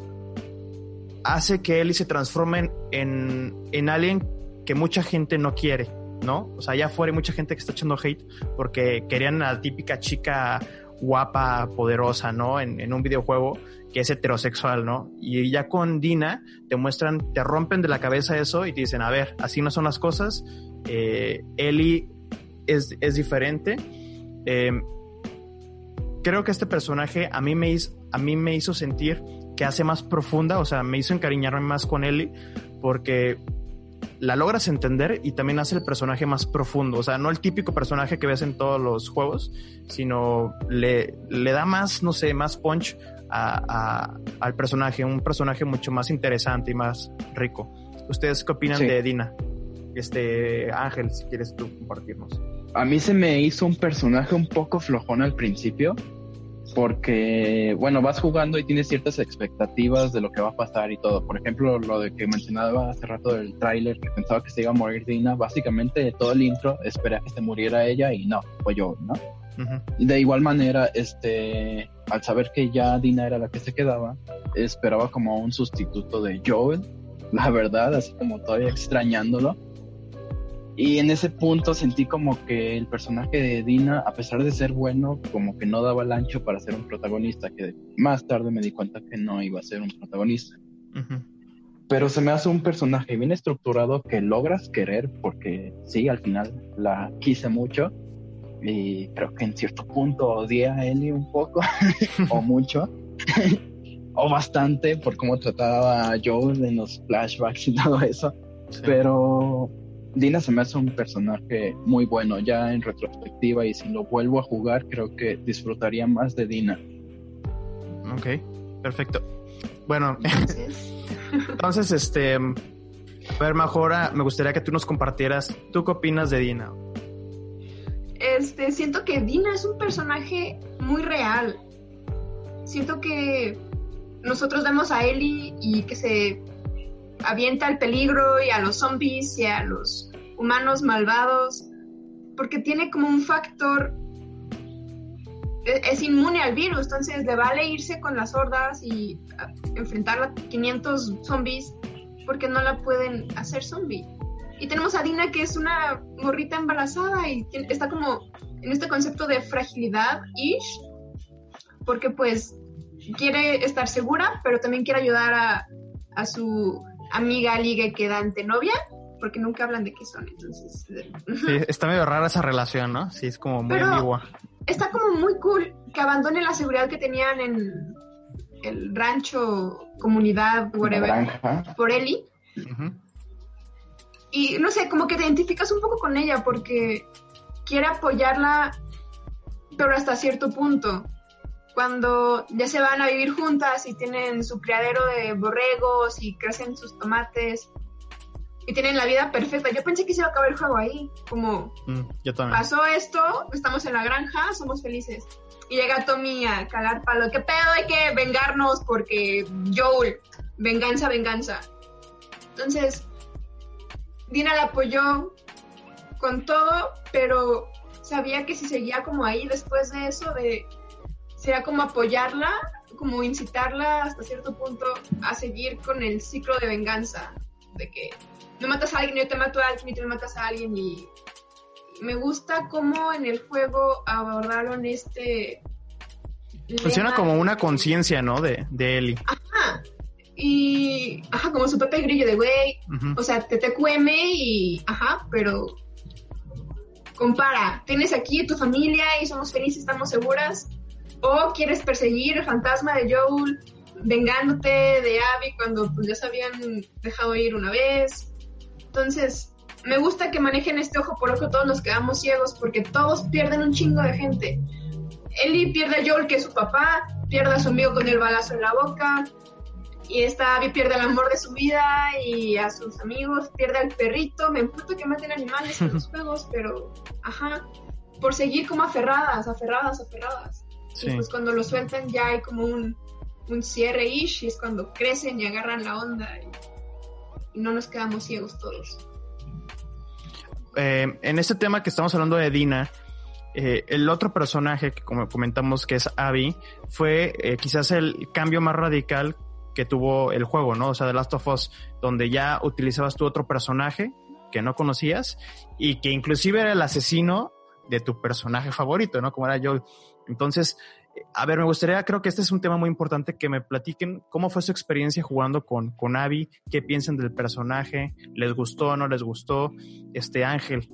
Speaker 3: hace que Ellie se transforme en, en alguien que mucha gente no quiere, ¿no? O sea, allá afuera hay mucha gente que está echando hate porque querían a la típica chica guapa, poderosa, ¿no? En, en un videojuego que es heterosexual, ¿no? Y ya con Dina te muestran, te rompen de la cabeza eso y te dicen, a ver, así no son las cosas. Eh, Ellie es, es diferente. Eh, creo que este personaje a mí me hizo, a mí me hizo sentir que hace más profunda, o sea, me hizo encariñarme más con Ellie porque la logras entender y también hace el personaje más profundo, o sea, no el típico personaje que ves en todos los juegos, sino le, le da más, no sé, más punch a, a, al personaje, un personaje mucho más interesante y más rico. ¿Ustedes qué opinan sí. de Dina? Este, Ángel, si quieres tú compartirnos.
Speaker 6: A mí se me hizo un personaje un poco flojón al principio, porque, bueno, vas jugando y tienes ciertas expectativas de lo que va a pasar y todo. Por ejemplo, lo de que mencionaba hace rato del tráiler, que pensaba que se iba a morir Dina, básicamente todo el intro esperé a que se muriera ella y no, fue yo, ¿no? Uh-huh. Y de igual manera, este, al saber que ya Dina era la que se quedaba, esperaba como un sustituto de Joel, la verdad, así como todavía extrañándolo. Y en ese punto sentí como que el personaje de Dina, a pesar de ser bueno, como que no daba el ancho para ser un protagonista, que más tarde me di cuenta que no iba a ser un protagonista. Uh-huh. Pero se me hace un personaje bien estructurado que logras querer, porque sí, al final la quise mucho. Y creo que en cierto punto odié a Ellie un poco, o mucho, o bastante, por cómo trataba a Joel en los flashbacks y todo eso. Sí. Pero... Dina se me hace un personaje muy bueno ya en retrospectiva y si lo vuelvo a jugar creo que disfrutaría más de Dina.
Speaker 3: Ok, perfecto. Bueno, entonces este, a ver, Majora, me gustaría que tú nos compartieras, ¿tú qué opinas de Dina?
Speaker 7: Este, siento que Dina es un personaje muy real. Siento que nosotros vemos a Ellie y que se avienta al peligro y a los zombies y a los humanos malvados porque tiene como un factor, es inmune al virus, entonces le vale irse con las hordas y enfrentar a quinientos zombies porque no la pueden hacer zombie. Y tenemos a Dina, que es una morrita embarazada y tiene, está como en este concepto de fragilidad-ish, porque pues quiere estar segura, pero también quiere ayudar a, a su amiga ligue quedante novia, porque nunca hablan de qué son, entonces...
Speaker 3: Sí, está medio rara esa relación, ¿no? Sí, es como muy
Speaker 7: pero
Speaker 3: ambigua.
Speaker 7: Está como muy cool que abandonen la seguridad que tenían en el rancho, comunidad, whatever, por Ellie.
Speaker 3: Uh-huh.
Speaker 7: Y no sé, como que te identificas un poco con ella porque quiere apoyarla, pero hasta cierto punto. Cuando ya se van a vivir juntas y tienen su criadero de borregos y crecen sus tomates y tienen la vida perfecta. Yo pensé que se iba a acabar el juego ahí, como
Speaker 3: mm, yo también.
Speaker 7: Pasó esto, estamos en la granja, somos felices. Y llega Tommy a cagar palo. ¿Qué pedo? Hay que vengarnos porque Joel, venganza, venganza. Entonces, Dina la apoyó con todo, pero sabía que si seguía como ahí después de eso, de sería como apoyarla, como incitarla hasta cierto punto a seguir con el ciclo de venganza, de que no matas a alguien, yo te mato a alguien y tú le matas a alguien. Y me gusta cómo en el juego abordaron este
Speaker 3: funciona como una conciencia, ¿no? De, de Ellie.
Speaker 7: Ajá. Y, ajá, como su Pepe Grillo de güey, uh-huh. O sea, te T Q M y, ajá, pero compara, tienes aquí tu familia y somos felices, estamos seguras, o quieres perseguir el fantasma de Joel vengándote de Abby cuando pues ya se habían dejado ir una vez. Entonces, me gusta que manejen este ojo por ojo, todos nos quedamos ciegos porque todos pierden un chingo de gente. Ellie pierde a Joel, que es su papá, pierde a su amigo con el balazo en la boca, y esta Abby pierde el amor de su vida y a sus amigos, pierde al perrito. Me emputo que maten animales en los juegos, pero, ajá, por seguir como aferradas, aferradas, aferradas. Sí. Y pues cuando lo sueltan ya hay como un, un cierre-ish, y es cuando crecen y agarran la onda y, y no nos quedamos ciegos todos.
Speaker 3: Eh, en este tema que estamos hablando de Dina, eh, el otro personaje que como comentamos que es Abby, fue eh, quizás el cambio más radical que tuvo el juego, ¿no? O sea, The Last of Us, donde ya utilizabas tu otro personaje que no conocías y que inclusive era el asesino de tu personaje favorito, ¿no? Como era Joel. Entonces, a ver, me gustaría, creo que este es un tema muy importante, que me platiquen cómo fue su experiencia jugando con, con Abby, qué piensan del personaje, les gustó, no les gustó. Este, Ángel.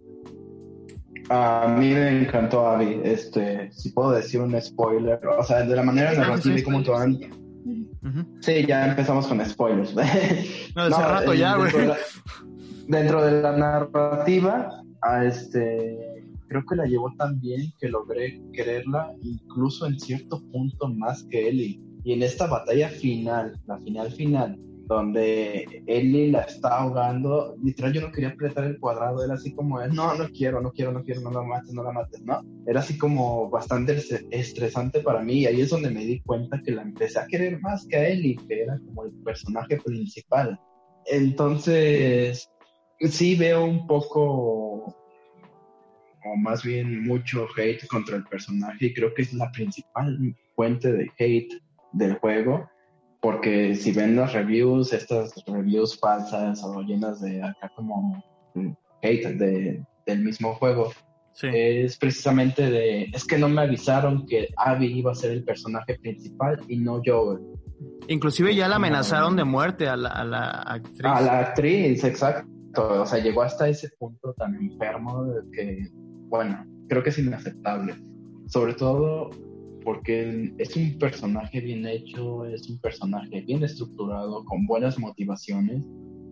Speaker 6: A mí me encantó Abby, este, si puedo decir un spoiler, o sea, de la manera narrativa y cómo te van... Uh-huh. Sí, ya empezamos con spoilers.
Speaker 3: No, hace
Speaker 6: no,
Speaker 3: rato ya, güey.
Speaker 6: Dentro, dentro de la narrativa, a este, creo que la llevó tan bien que logré quererla incluso en cierto punto más que Ellie. Y en esta batalla final, la final final, donde Ellie la está ahogando, literal yo no quería apretar el cuadrado, era así como, no, no quiero, no quiero, no quiero, no la mates, no la mates, ¿no? Era así como bastante estresante para mí, y ahí es donde me di cuenta que la empecé a querer más que a Ellie, que era como el personaje principal. Entonces, sí veo un poco, o más bien mucho hate contra el personaje, y creo que es la principal fuente de hate del juego. Porque si ven las reviews, estas reviews falsas o llenas de acá como hate de, del mismo juego, sí. Es precisamente de, es que no me avisaron que Abby iba a ser el personaje principal y no Joel.
Speaker 3: Inclusive ya la amenazaron de muerte a la, a la actriz.
Speaker 6: A la actriz, exacto. O sea, llegó hasta ese punto tan enfermo de que, bueno, creo que es inaceptable. Sobre todo porque es un personaje bien hecho, es un personaje bien estructurado, con buenas motivaciones.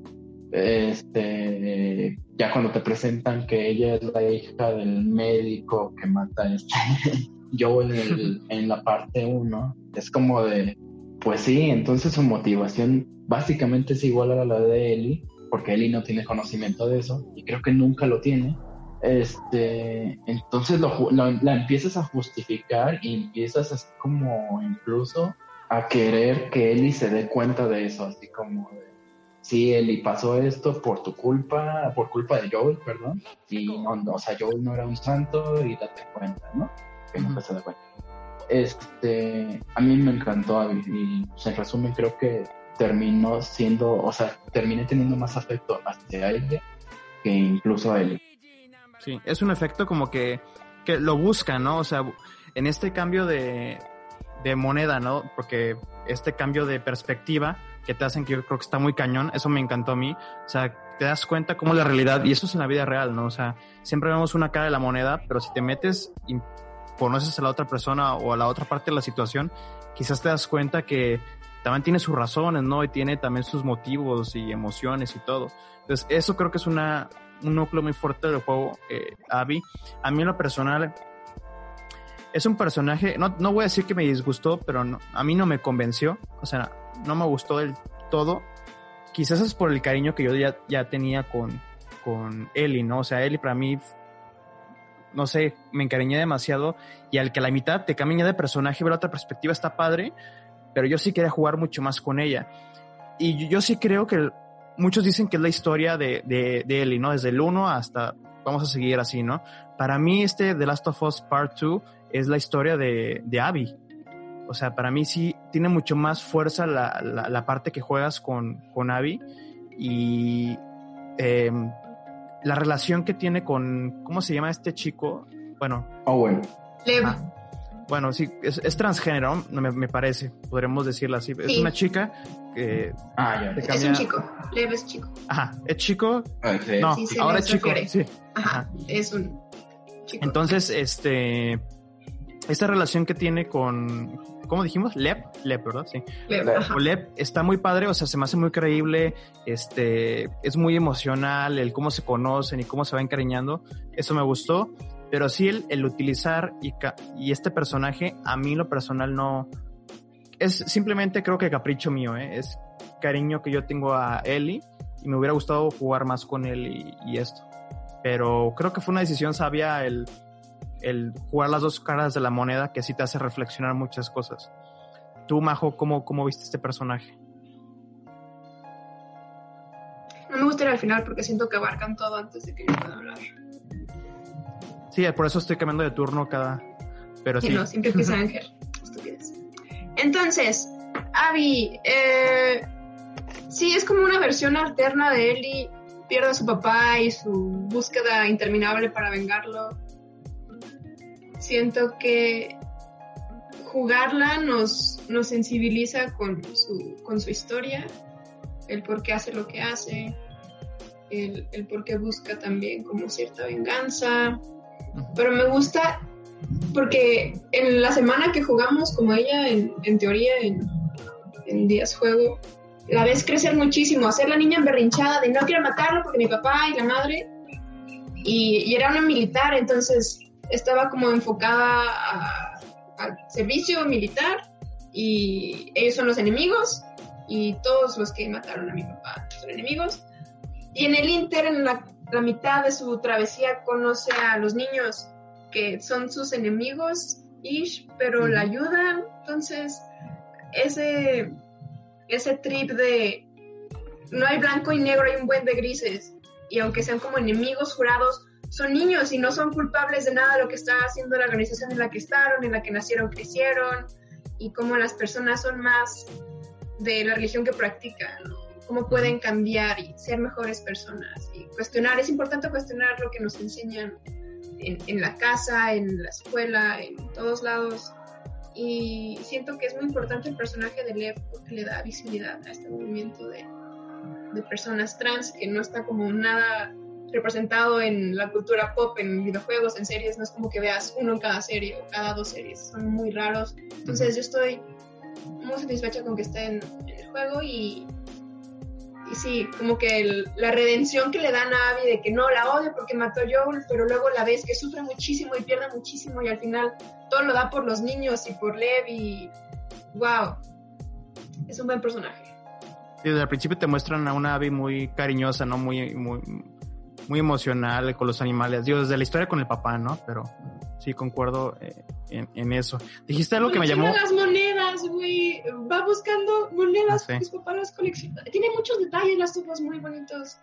Speaker 6: Este, ya cuando te presentan que ella es la hija del médico que mata a este Joel en, el, en la parte uno, es como de, pues sí, entonces su motivación básicamente es igual a la de Ellie, porque Ellie no tiene conocimiento de eso, y creo que nunca lo tiene. Este, entonces lo, lo, la empiezas a justificar y empiezas así como incluso a querer que Ellie se dé cuenta de eso, así como de, sí, Ellie, pasó esto por tu culpa, por culpa de Joel, perdón, y no, no, o sea, Joel no era un santo y date cuenta, ¿no? Que nunca se da cuenta. Este, a mí me encantó Abby y pues, en resumen creo que terminó siendo, o sea, terminé teniendo más afecto hacia ella que incluso él.
Speaker 3: Sí, es un efecto como que, que lo busca, ¿no? O sea, en este cambio de, de moneda, ¿no? Porque este cambio de perspectiva que te hacen, que yo creo que está muy cañón, eso me encantó a mí. O sea, te das cuenta cómo la realidad, y eso es en la vida real, ¿no? O sea, siempre vemos una cara de la moneda, pero si te metes y conoces a la otra persona o a la otra parte de la situación, quizás te das cuenta que también tiene sus razones, ¿no? Y tiene también sus motivos y emociones y todo. Entonces, eso creo que es una, un núcleo muy fuerte del juego, eh, Abby. A mí en lo personal, es un personaje, no, no voy a decir que me disgustó, pero no, a mí no me convenció. O sea, no me gustó del todo. Quizás es por el cariño que yo ya, ya tenía con, con Ellie, ¿no? O sea, Ellie para mí, no sé, me encariñé demasiado, y al que a la mitad te cambia de personaje, ver otra perspectiva está padre, pero yo sí quería jugar mucho más con ella. Y yo sí creo que el, muchos dicen que es la historia de, de, de Ellie, ¿no? Desde el uno hasta, vamos a seguir así, ¿no? Para mí este The Last of Us Part dos es la historia de, de Abby. O sea, para mí sí tiene mucho más fuerza la, la, la parte que juegas con, con Abby, y eh, la relación que tiene con, ¿cómo se llama este chico? Bueno.
Speaker 6: Owen.
Speaker 7: Lev.
Speaker 3: Ah, bueno, sí, es, es transgénero, me, me parece, podremos decirlo así.
Speaker 7: Sí.
Speaker 3: Es una chica que...
Speaker 6: Ah, ya.
Speaker 3: que
Speaker 7: Es
Speaker 3: cambia...
Speaker 7: un chico. Lev es chico.
Speaker 3: Ajá, ¿es chico?
Speaker 6: Ah, sí.
Speaker 3: No,
Speaker 7: Sí, se
Speaker 3: ahora
Speaker 7: les
Speaker 3: es chico,
Speaker 7: refiere.
Speaker 3: sí.
Speaker 7: Ajá,
Speaker 3: Ajá.
Speaker 7: es un chico.
Speaker 3: Entonces, este... esta relación que tiene con... ¿cómo dijimos? Lev, Lev, ¿verdad? Sí.
Speaker 7: Lev, ajá.
Speaker 3: O Lev está muy padre, o sea, se me hace muy creíble, este, es muy emocional el cómo se conocen y cómo se va encariñando, eso me gustó, pero sí el, el utilizar y, ca- y este personaje, a mí lo personal no, es simplemente creo que capricho mío, ¿eh? Es cariño que yo tengo a Ellie, y me hubiera gustado jugar más con él y, y esto, pero creo que fue una decisión sabia el, el jugar las dos caras de la moneda, que sí te hace reflexionar muchas cosas. Tú, Majo, ¿cómo, cómo viste este personaje?
Speaker 7: No me gusta ir al final porque siento que abarcan todo antes de que yo pueda hablar.
Speaker 3: Sí, por eso estoy cambiando de turno cada... Pero
Speaker 7: Sí,
Speaker 3: sí.
Speaker 7: no, siempre empieza Ángel. Estupidez. Entonces, Abby, eh, sí, es como una versión alterna de Ellie. Pierde a su papá y su búsqueda interminable para vengarlo. Siento que jugarla nos, nos sensibiliza con su, con su historia, el por qué hace lo que hace, el, el por qué busca también como cierta venganza. Pero me gusta porque en la semana que jugamos como ella, en, en teoría, en, en días juego, la ves crecer muchísimo, hacer la niña emberrinchada de no quiero matarlo porque mi papá y la madre, y, y era una militar, entonces estaba como enfocada a, al servicio militar, y ellos son los enemigos, y todos los que mataron a mi papá son enemigos. Y en el Inter, en la, la mitad de su travesía, conoce a los niños que son sus enemigos, ish, pero la ayudan. Entonces, ese, ese trip de no hay blanco y negro, hay un buen de grises. Y aunque sean como enemigos jurados, son niños y no son culpables de nada de lo que está haciendo la organización en la que estaron, en la que nacieron, crecieron, y cómo las personas son más de la religión que practican, ¿no? Cómo pueden cambiar y ser mejores personas y cuestionar. Es importante cuestionar lo que nos enseñan en, en la casa, en la escuela, en todos lados. Y siento que es muy importante el personaje de Lev porque le da visibilidad a este movimiento de, de personas trans que no está como nada representado en la cultura pop, en videojuegos, en series. No es como que veas uno en cada serie o cada dos series, son muy raros. Entonces yo estoy muy satisfecha con que esté en, en el juego, y Y sí, como que el, la redención que le dan a Abby de que no, la odio porque mató a Joel, pero luego la ves que sufre muchísimo y pierde muchísimo, y al final todo lo da por los niños y por Lev, y wow, es un buen personaje.
Speaker 3: Sí, desde el principio te muestran a una Abby muy cariñosa, ¿no? Muy, muy, muy emocional con los animales. Digo, desde la historia con el papá, ¿no? Pero sí, concuerdo eh, en, en eso. Dijiste algo que me llamó...
Speaker 7: las monedas, güey. Va buscando monedas,
Speaker 3: Ah, sí.
Speaker 7: mis papás las coleccionan. Tiene muchos detalles, las tubos muy bonitos.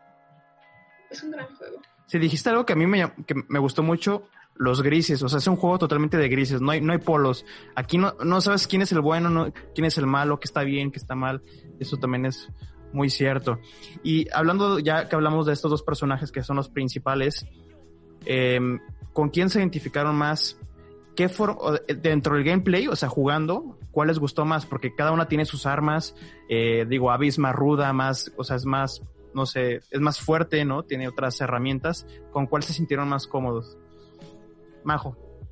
Speaker 7: Es un gran juego.
Speaker 3: Sí, dijiste algo que a mí me, llam- que me gustó mucho, los grises. O sea, es un juego totalmente de grises. No hay, no hay polos. Aquí no, no sabes quién es el bueno, no, quién es el malo, qué está bien, qué está mal. Eso también es Muy cierto. Y hablando, ya que hablamos de estos dos personajes que son los principales, eh, ¿con quién se identificaron más? ¿Qué for- dentro del gameplay, o sea, jugando, cuál les gustó más? Porque cada una tiene sus armas. Eh, digo, Abby es más ruda, más, o sea, es más, no sé, es más fuerte, ¿no? Tiene otras herramientas. ¿Con cuál se sintieron más cómodos? Majo.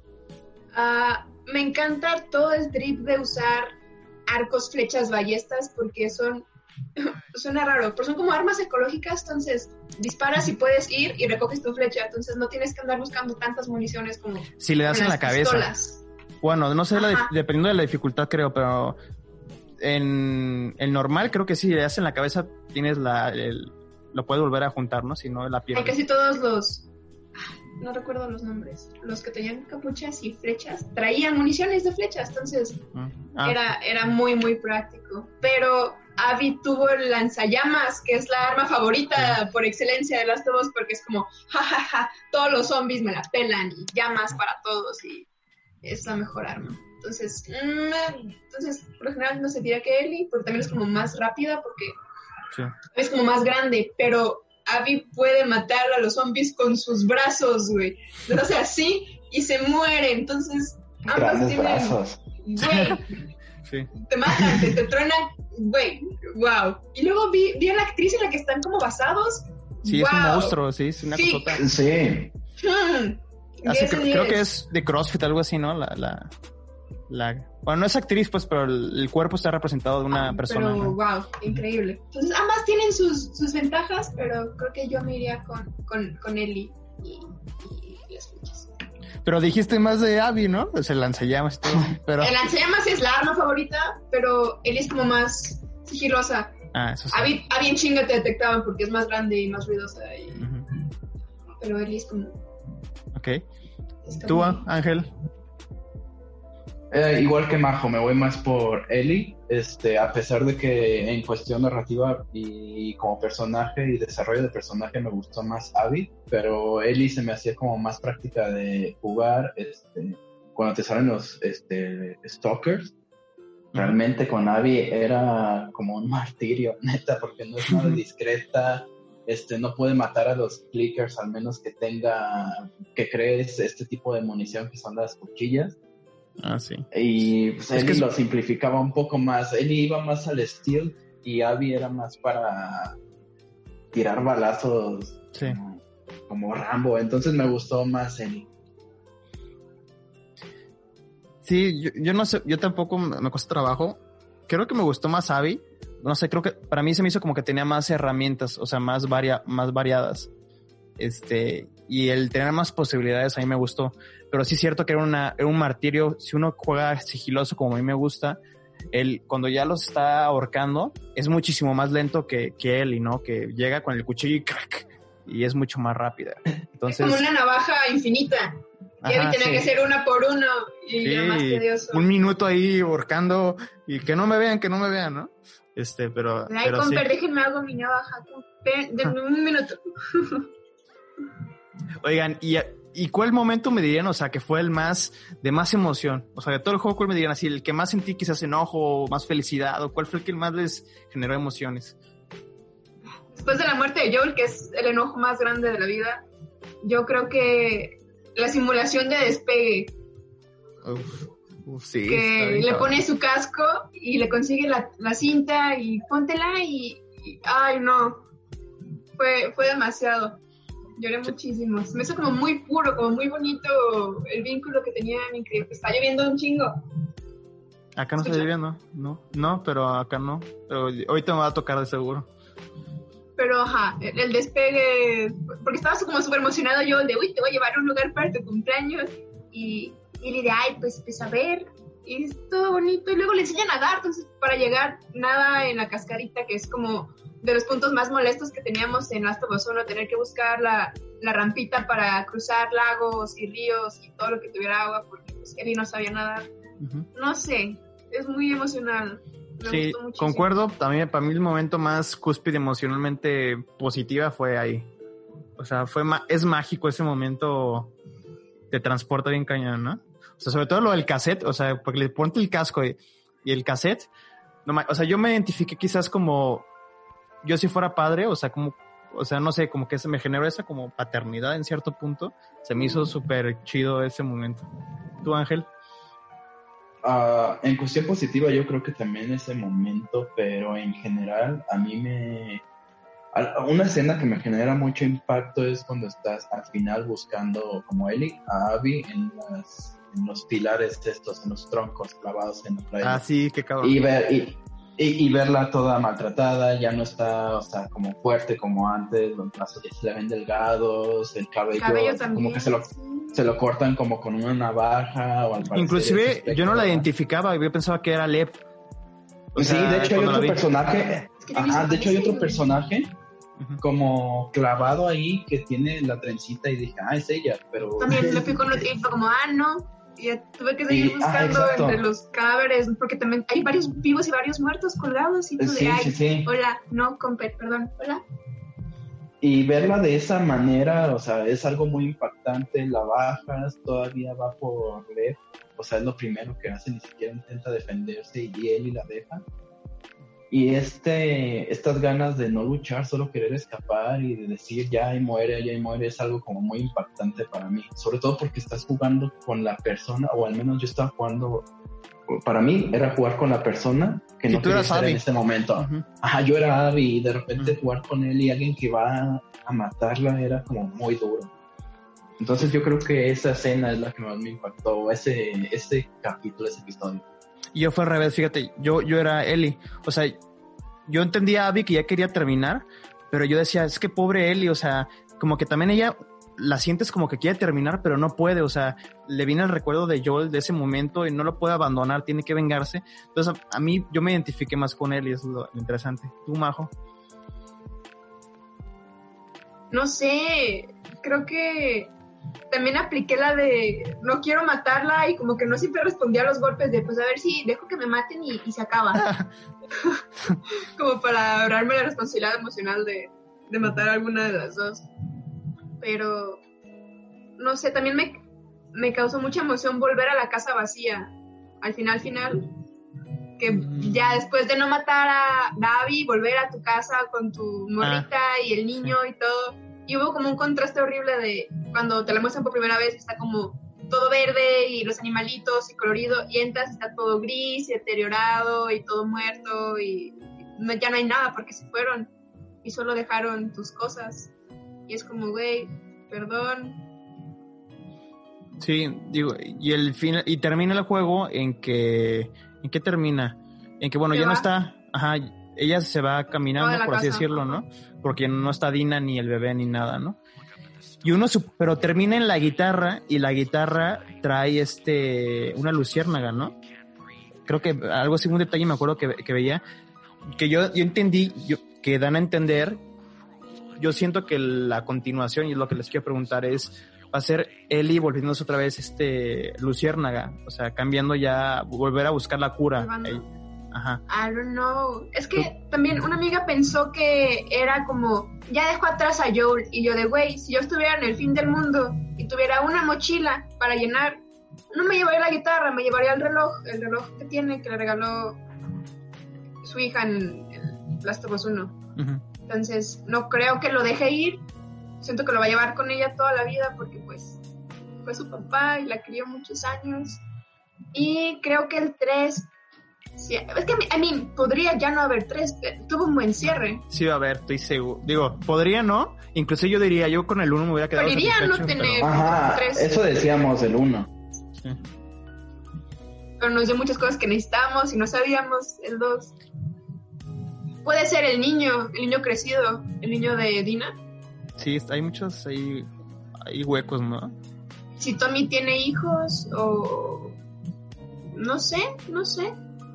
Speaker 7: Uh, me encanta todo el trip de usar arcos, flechas, ballestas, porque son, suena raro, pero son como armas ecológicas, entonces disparas y puedes ir y recoges tu flecha, entonces no tienes que andar buscando tantas municiones como
Speaker 3: si le das en la cabeza.
Speaker 7: Pistolas.
Speaker 3: Bueno, no sé, la, dependiendo de la dificultad creo, pero en el normal creo que sí, le das en la cabeza, tienes la, el, lo puedes volver a juntar, ¿no? Si no, la pierdes.
Speaker 7: En casi todos los, no recuerdo los nombres, los que tenían capuchas y flechas, traían municiones de flechas, entonces ah. era, era muy, muy práctico. Pero Abby tuvo el lanzallamas, que es la arma favorita sí. por excelencia de Last of Us, porque es como, jajaja, ja, ja, todos los zombies me la pelan y llamas para todos y es la mejor arma. Entonces, mmm, entonces por lo general no se diría que Ellie, porque también es como más rápida, porque sí. es como más grande, pero Abby puede matar a los zombies con sus brazos, güey. O sea, así y se muere. Entonces, ambos
Speaker 6: Grandes
Speaker 7: tienen...
Speaker 6: brazos.
Speaker 7: Güey,
Speaker 3: sí.
Speaker 7: te matan, te, te truenan, güey, wow. Y luego vi, vi a la actriz en la que están como basados.
Speaker 3: Sí,
Speaker 7: wow.
Speaker 3: Es un monstruo, sí, es una
Speaker 7: sí.
Speaker 3: cosota.
Speaker 6: Sí.
Speaker 7: Hmm.
Speaker 3: Hace, creo, creo que es de CrossFit, algo así, ¿no? La... la... La, bueno, no es actriz, pues, pero el, el cuerpo está representado de una
Speaker 7: ah,
Speaker 3: persona.
Speaker 7: Pero,
Speaker 3: ¿no?
Speaker 7: wow, increíble. Entonces, ambas tienen sus, sus ventajas, pero creo que yo me iría con, con, con Ellie y, y las flechas.
Speaker 3: Pero dijiste más de Abby, ¿no? O sea, el lanzallamas y todo. Pero...
Speaker 7: El lanzallamas es la arma favorita, pero Ellie es como más sigilosa.
Speaker 3: Ah, eso sí.
Speaker 7: Abby, Abby en chinga te detectaban porque es más grande y más ruidosa. Y... Uh-huh. Pero Ellie es como...
Speaker 3: Ok. ¿Tú, muy... Ángel?
Speaker 6: Eh, igual que Majo, me voy más por Ellie, este, a pesar de que en cuestión narrativa y como personaje y desarrollo de personaje me gustó más Abby, pero Ellie se me hacía como más práctica de jugar, este, cuando te salen los este, stalkers. Realmente con Abby era como un martirio, neta, porque no es nada discreta, este, no puede matar a los clickers, al menos que tenga, que crees este tipo de munición que son las cuchillas.
Speaker 3: Ah, sí.
Speaker 6: Y pues
Speaker 3: es
Speaker 6: Ellie
Speaker 3: que
Speaker 6: lo simplificaba un poco más. Ellie iba más al stealth y Abby era más para tirar balazos
Speaker 3: sí.
Speaker 6: como, como Rambo. Entonces me gustó más Ellie.
Speaker 3: Sí, yo, yo no sé, yo tampoco me cuesta trabajo. Creo que me gustó más Abby. No sé, creo que para mí se me hizo como que tenía más herramientas, o sea, más varia, más variadas. Este, y el tener más posibilidades a mí me gustó. Pero sí es cierto que era, una, era un martirio. Si uno juega sigiloso como a mí me gusta, él cuando ya los está ahorcando es muchísimo más lento que, que él, y no, que llega con el cuchillo y crack, y es mucho más rápida. Entonces,
Speaker 7: es como una navaja infinita. Y Abby tenía sí. que hacer una por uno y sí, era más tedioso.
Speaker 3: Un minuto ahí ahorcando y que no me vean, que no me vean, ¿no? Este, pero...
Speaker 7: Ay,
Speaker 3: pero
Speaker 7: comper,
Speaker 3: sí.
Speaker 7: déjenme hago mi navaja. Denme un minuto.
Speaker 3: Oigan, ¿y, ¿y cuál momento me dirían, o sea, que fue el más, de más emoción? O sea, de todo el juego, ¿cuál me dirían así? El que más sentí quizás enojo o más felicidad, o cuál fue el que más les generó emociones.
Speaker 7: Después de la muerte de Joel, que es el enojo más grande de la vida, yo creo que la simulación de despegue.
Speaker 3: Uf, uf, sí.
Speaker 7: Que le pone su casco y le consigue la, la cinta y póntela y, y ay no, fue, fue demasiado. Lloré muchísimo. Se me hizo como muy puro, como muy bonito el vínculo que tenían, increíble. Está lloviendo un chingo.
Speaker 3: Acá no está lloviendo, no, no, pero acá no. Pero ahorita me va a tocar de seguro.
Speaker 7: Pero ajá, el, el despegue, porque estaba como súper emocionado yo de, uy, te voy a llevar a un lugar para tu cumpleaños. Y, y le de, ay, pues, pues a ver. Y es todo bonito. Y luego le enseñan a nadar, entonces para llegar nada en la cascarita, que es como de los puntos más molestos que teníamos en Last of Us uno, tener que buscar la, la rampita para cruzar lagos y ríos y todo lo que tuviera agua, porque pues Ellie no sabía nadar. Uh-huh. No sé, es muy emocional. Me
Speaker 3: sí,
Speaker 7: gustó muchísimo.
Speaker 3: Concuerdo, también para mí el momento más cúspide emocionalmente positiva fue ahí. O sea, fue ma- es mágico ese momento, te transporta bien cañón, ¿no? O sea, sobre todo lo del cassette, o sea, porque le ponte el casco y, y el cassette, no, o sea, yo me identifiqué quizás como yo si fuera padre, o sea, como, o sea, no sé, como que se me generó esa como paternidad en cierto punto. Se me hizo súper chido ese momento. ¿Tú, Ángel?
Speaker 6: Uh, en cuestión positiva yo creo que también ese momento, pero en general a mí me... Una escena que me genera mucho impacto es cuando estás al final buscando como Ellie a Abby en, las, en los pilares estos, en los troncos clavados en la playa.
Speaker 3: Ah, sí, qué cabrón.
Speaker 6: Y, ver, y, y, y verla toda maltratada, ya no está, o sea, como fuerte como antes, los brazos ya se le ven delgados, el cabello,
Speaker 7: cabello
Speaker 6: como que se lo, se lo cortan como con una navaja o al parecer.
Speaker 3: Inclusive yo no la
Speaker 6: ¿verdad?
Speaker 3: identificaba, yo pensaba que era Lev. O
Speaker 6: sí,
Speaker 3: sea,
Speaker 6: de hecho hay
Speaker 3: cuando la
Speaker 6: otro
Speaker 3: vi.
Speaker 6: personaje,
Speaker 7: Es que yo
Speaker 6: ajá,
Speaker 7: ni
Speaker 6: de hecho hay
Speaker 7: sé,
Speaker 6: otro
Speaker 7: güey.
Speaker 6: personaje
Speaker 3: Ujú.
Speaker 6: como clavado ahí que tiene la trencita y dije, ah, es ella, pero...
Speaker 7: También me fui con los y fue como, ah, no. Y ya tuve que seguir
Speaker 6: Y- ah,
Speaker 7: buscando
Speaker 6: exacto.
Speaker 7: entre los cadáveres, porque también hay varios vivos y varios muertos colgados. Y tú
Speaker 6: Sí,
Speaker 7: de, ay,
Speaker 6: sí, sí.
Speaker 7: hola, no, compa, perdón, hola.
Speaker 6: Y verla de esa manera, o sea, es algo muy impactante, la bajas, todavía va por Lev, o sea, es lo primero que hace, ni siquiera intenta defenderse y él y la deja. Y este, estas ganas de no luchar, solo querer escapar y de decir ya y muere, ya y muere, es algo como muy impactante para mí, sobre todo porque estás jugando con la persona, o al menos yo estaba jugando, para mí era jugar con la persona que
Speaker 3: Y
Speaker 6: no
Speaker 3: tú
Speaker 6: quería
Speaker 3: eras
Speaker 6: estar
Speaker 3: Abby.
Speaker 6: en este momento.
Speaker 3: Ujú.
Speaker 6: Ajá, yo era Abby y de repente
Speaker 3: Ujú.
Speaker 6: jugar con él y alguien que va a matarla era como muy duro. Entonces yo creo que esa escena es la que más me impactó, ese, ese capítulo, ese episodio.
Speaker 3: Y yo fue al revés, fíjate, yo, yo era Ellie. O sea, yo entendía a Abby que ya quería terminar, pero yo decía, es que pobre Ellie, o sea, como que también ella la sientes como que quiere terminar, pero no puede, o sea, le viene el recuerdo de Joel de ese momento y no lo puede abandonar, tiene que vengarse. Entonces, a, a mí, yo me identifiqué más con él y eso es lo, lo interesante. ¿Tú, Majo?
Speaker 7: No sé, creo que también apliqué la de no quiero matarla y como que no siempre respondía a los golpes de pues a ver si dejo que me maten y, y se acaba. Como para ahorrarme la responsabilidad emocional de, de matar a alguna de las dos. Pero no sé, también me, me causó mucha emoción volver a la casa vacía. Al final, final, que
Speaker 3: Mm.
Speaker 7: ya después de no matar a Abby, volver a tu casa con tu morrita y el niño y todo. Y hubo como un contraste horrible de cuando te la muestran por primera vez, está como todo verde y los animalitos y colorido, y entras, está todo gris y deteriorado y todo muerto y no, ya no hay nada porque se fueron y solo dejaron tus cosas. Y es como, güey, perdón.
Speaker 3: Sí, digo, y el final, y termina el juego en que, ¿en qué termina? En que, bueno,
Speaker 7: Se
Speaker 3: ya
Speaker 7: va.
Speaker 3: no está, ajá, ella se va caminando,
Speaker 7: Toda la
Speaker 3: por así
Speaker 7: casa,
Speaker 3: decirlo,
Speaker 7: ajá.
Speaker 3: ¿no? Porque no está Dina ni el bebé ni nada, ¿no? Y uno, su- pero termina en la guitarra y la guitarra trae este, una luciérnaga, ¿no? Creo que algo así, un detalle me acuerdo que, que veía, que yo, yo entendí, yo, que dan a entender, yo siento que la continuación, y es lo que les quiero preguntar, es, va a ser Ellie volviéndose otra vez este luciérnaga, o sea, cambiando ya, volver a buscar la cura.
Speaker 7: Salvando.
Speaker 3: Ey, ajá.
Speaker 7: I don't know. Es que también una amiga pensó que era como, ya dejó atrás a Joel. Y yo de, güey, si yo estuviera en el fin del mundo y tuviera una mochila para llenar, no me llevaría la guitarra, me llevaría el reloj, el reloj que tiene, que le regaló su hija en el Last of Us uno.
Speaker 3: Ujú.
Speaker 7: Entonces, no creo que lo deje ir. Siento que lo va a llevar con ella toda la vida porque, pues, fue su papá y la crió muchos años. Y creo que el tres... Sí, es que, a mí, podría ya no haber tres, pero tuvo un buen cierre.
Speaker 3: Sí, a ver, estoy seguro. Digo, podría no, incluso yo diría, yo con el uno me hubiera quedado
Speaker 7: Preferiría no
Speaker 3: satisfecho,
Speaker 7: tener-
Speaker 3: pero-
Speaker 6: Ajá,
Speaker 7: Tres.
Speaker 6: eso decíamos el uno.
Speaker 3: sí.
Speaker 7: Pero nos dio muchas cosas que necesitábamos y no sabíamos. El dos puede ser el niño, el niño crecido, el niño de Dina.
Speaker 3: Sí, hay muchos ahí, hay huecos, ¿no?
Speaker 7: Si Tommy tiene hijos o... No sé, no sé.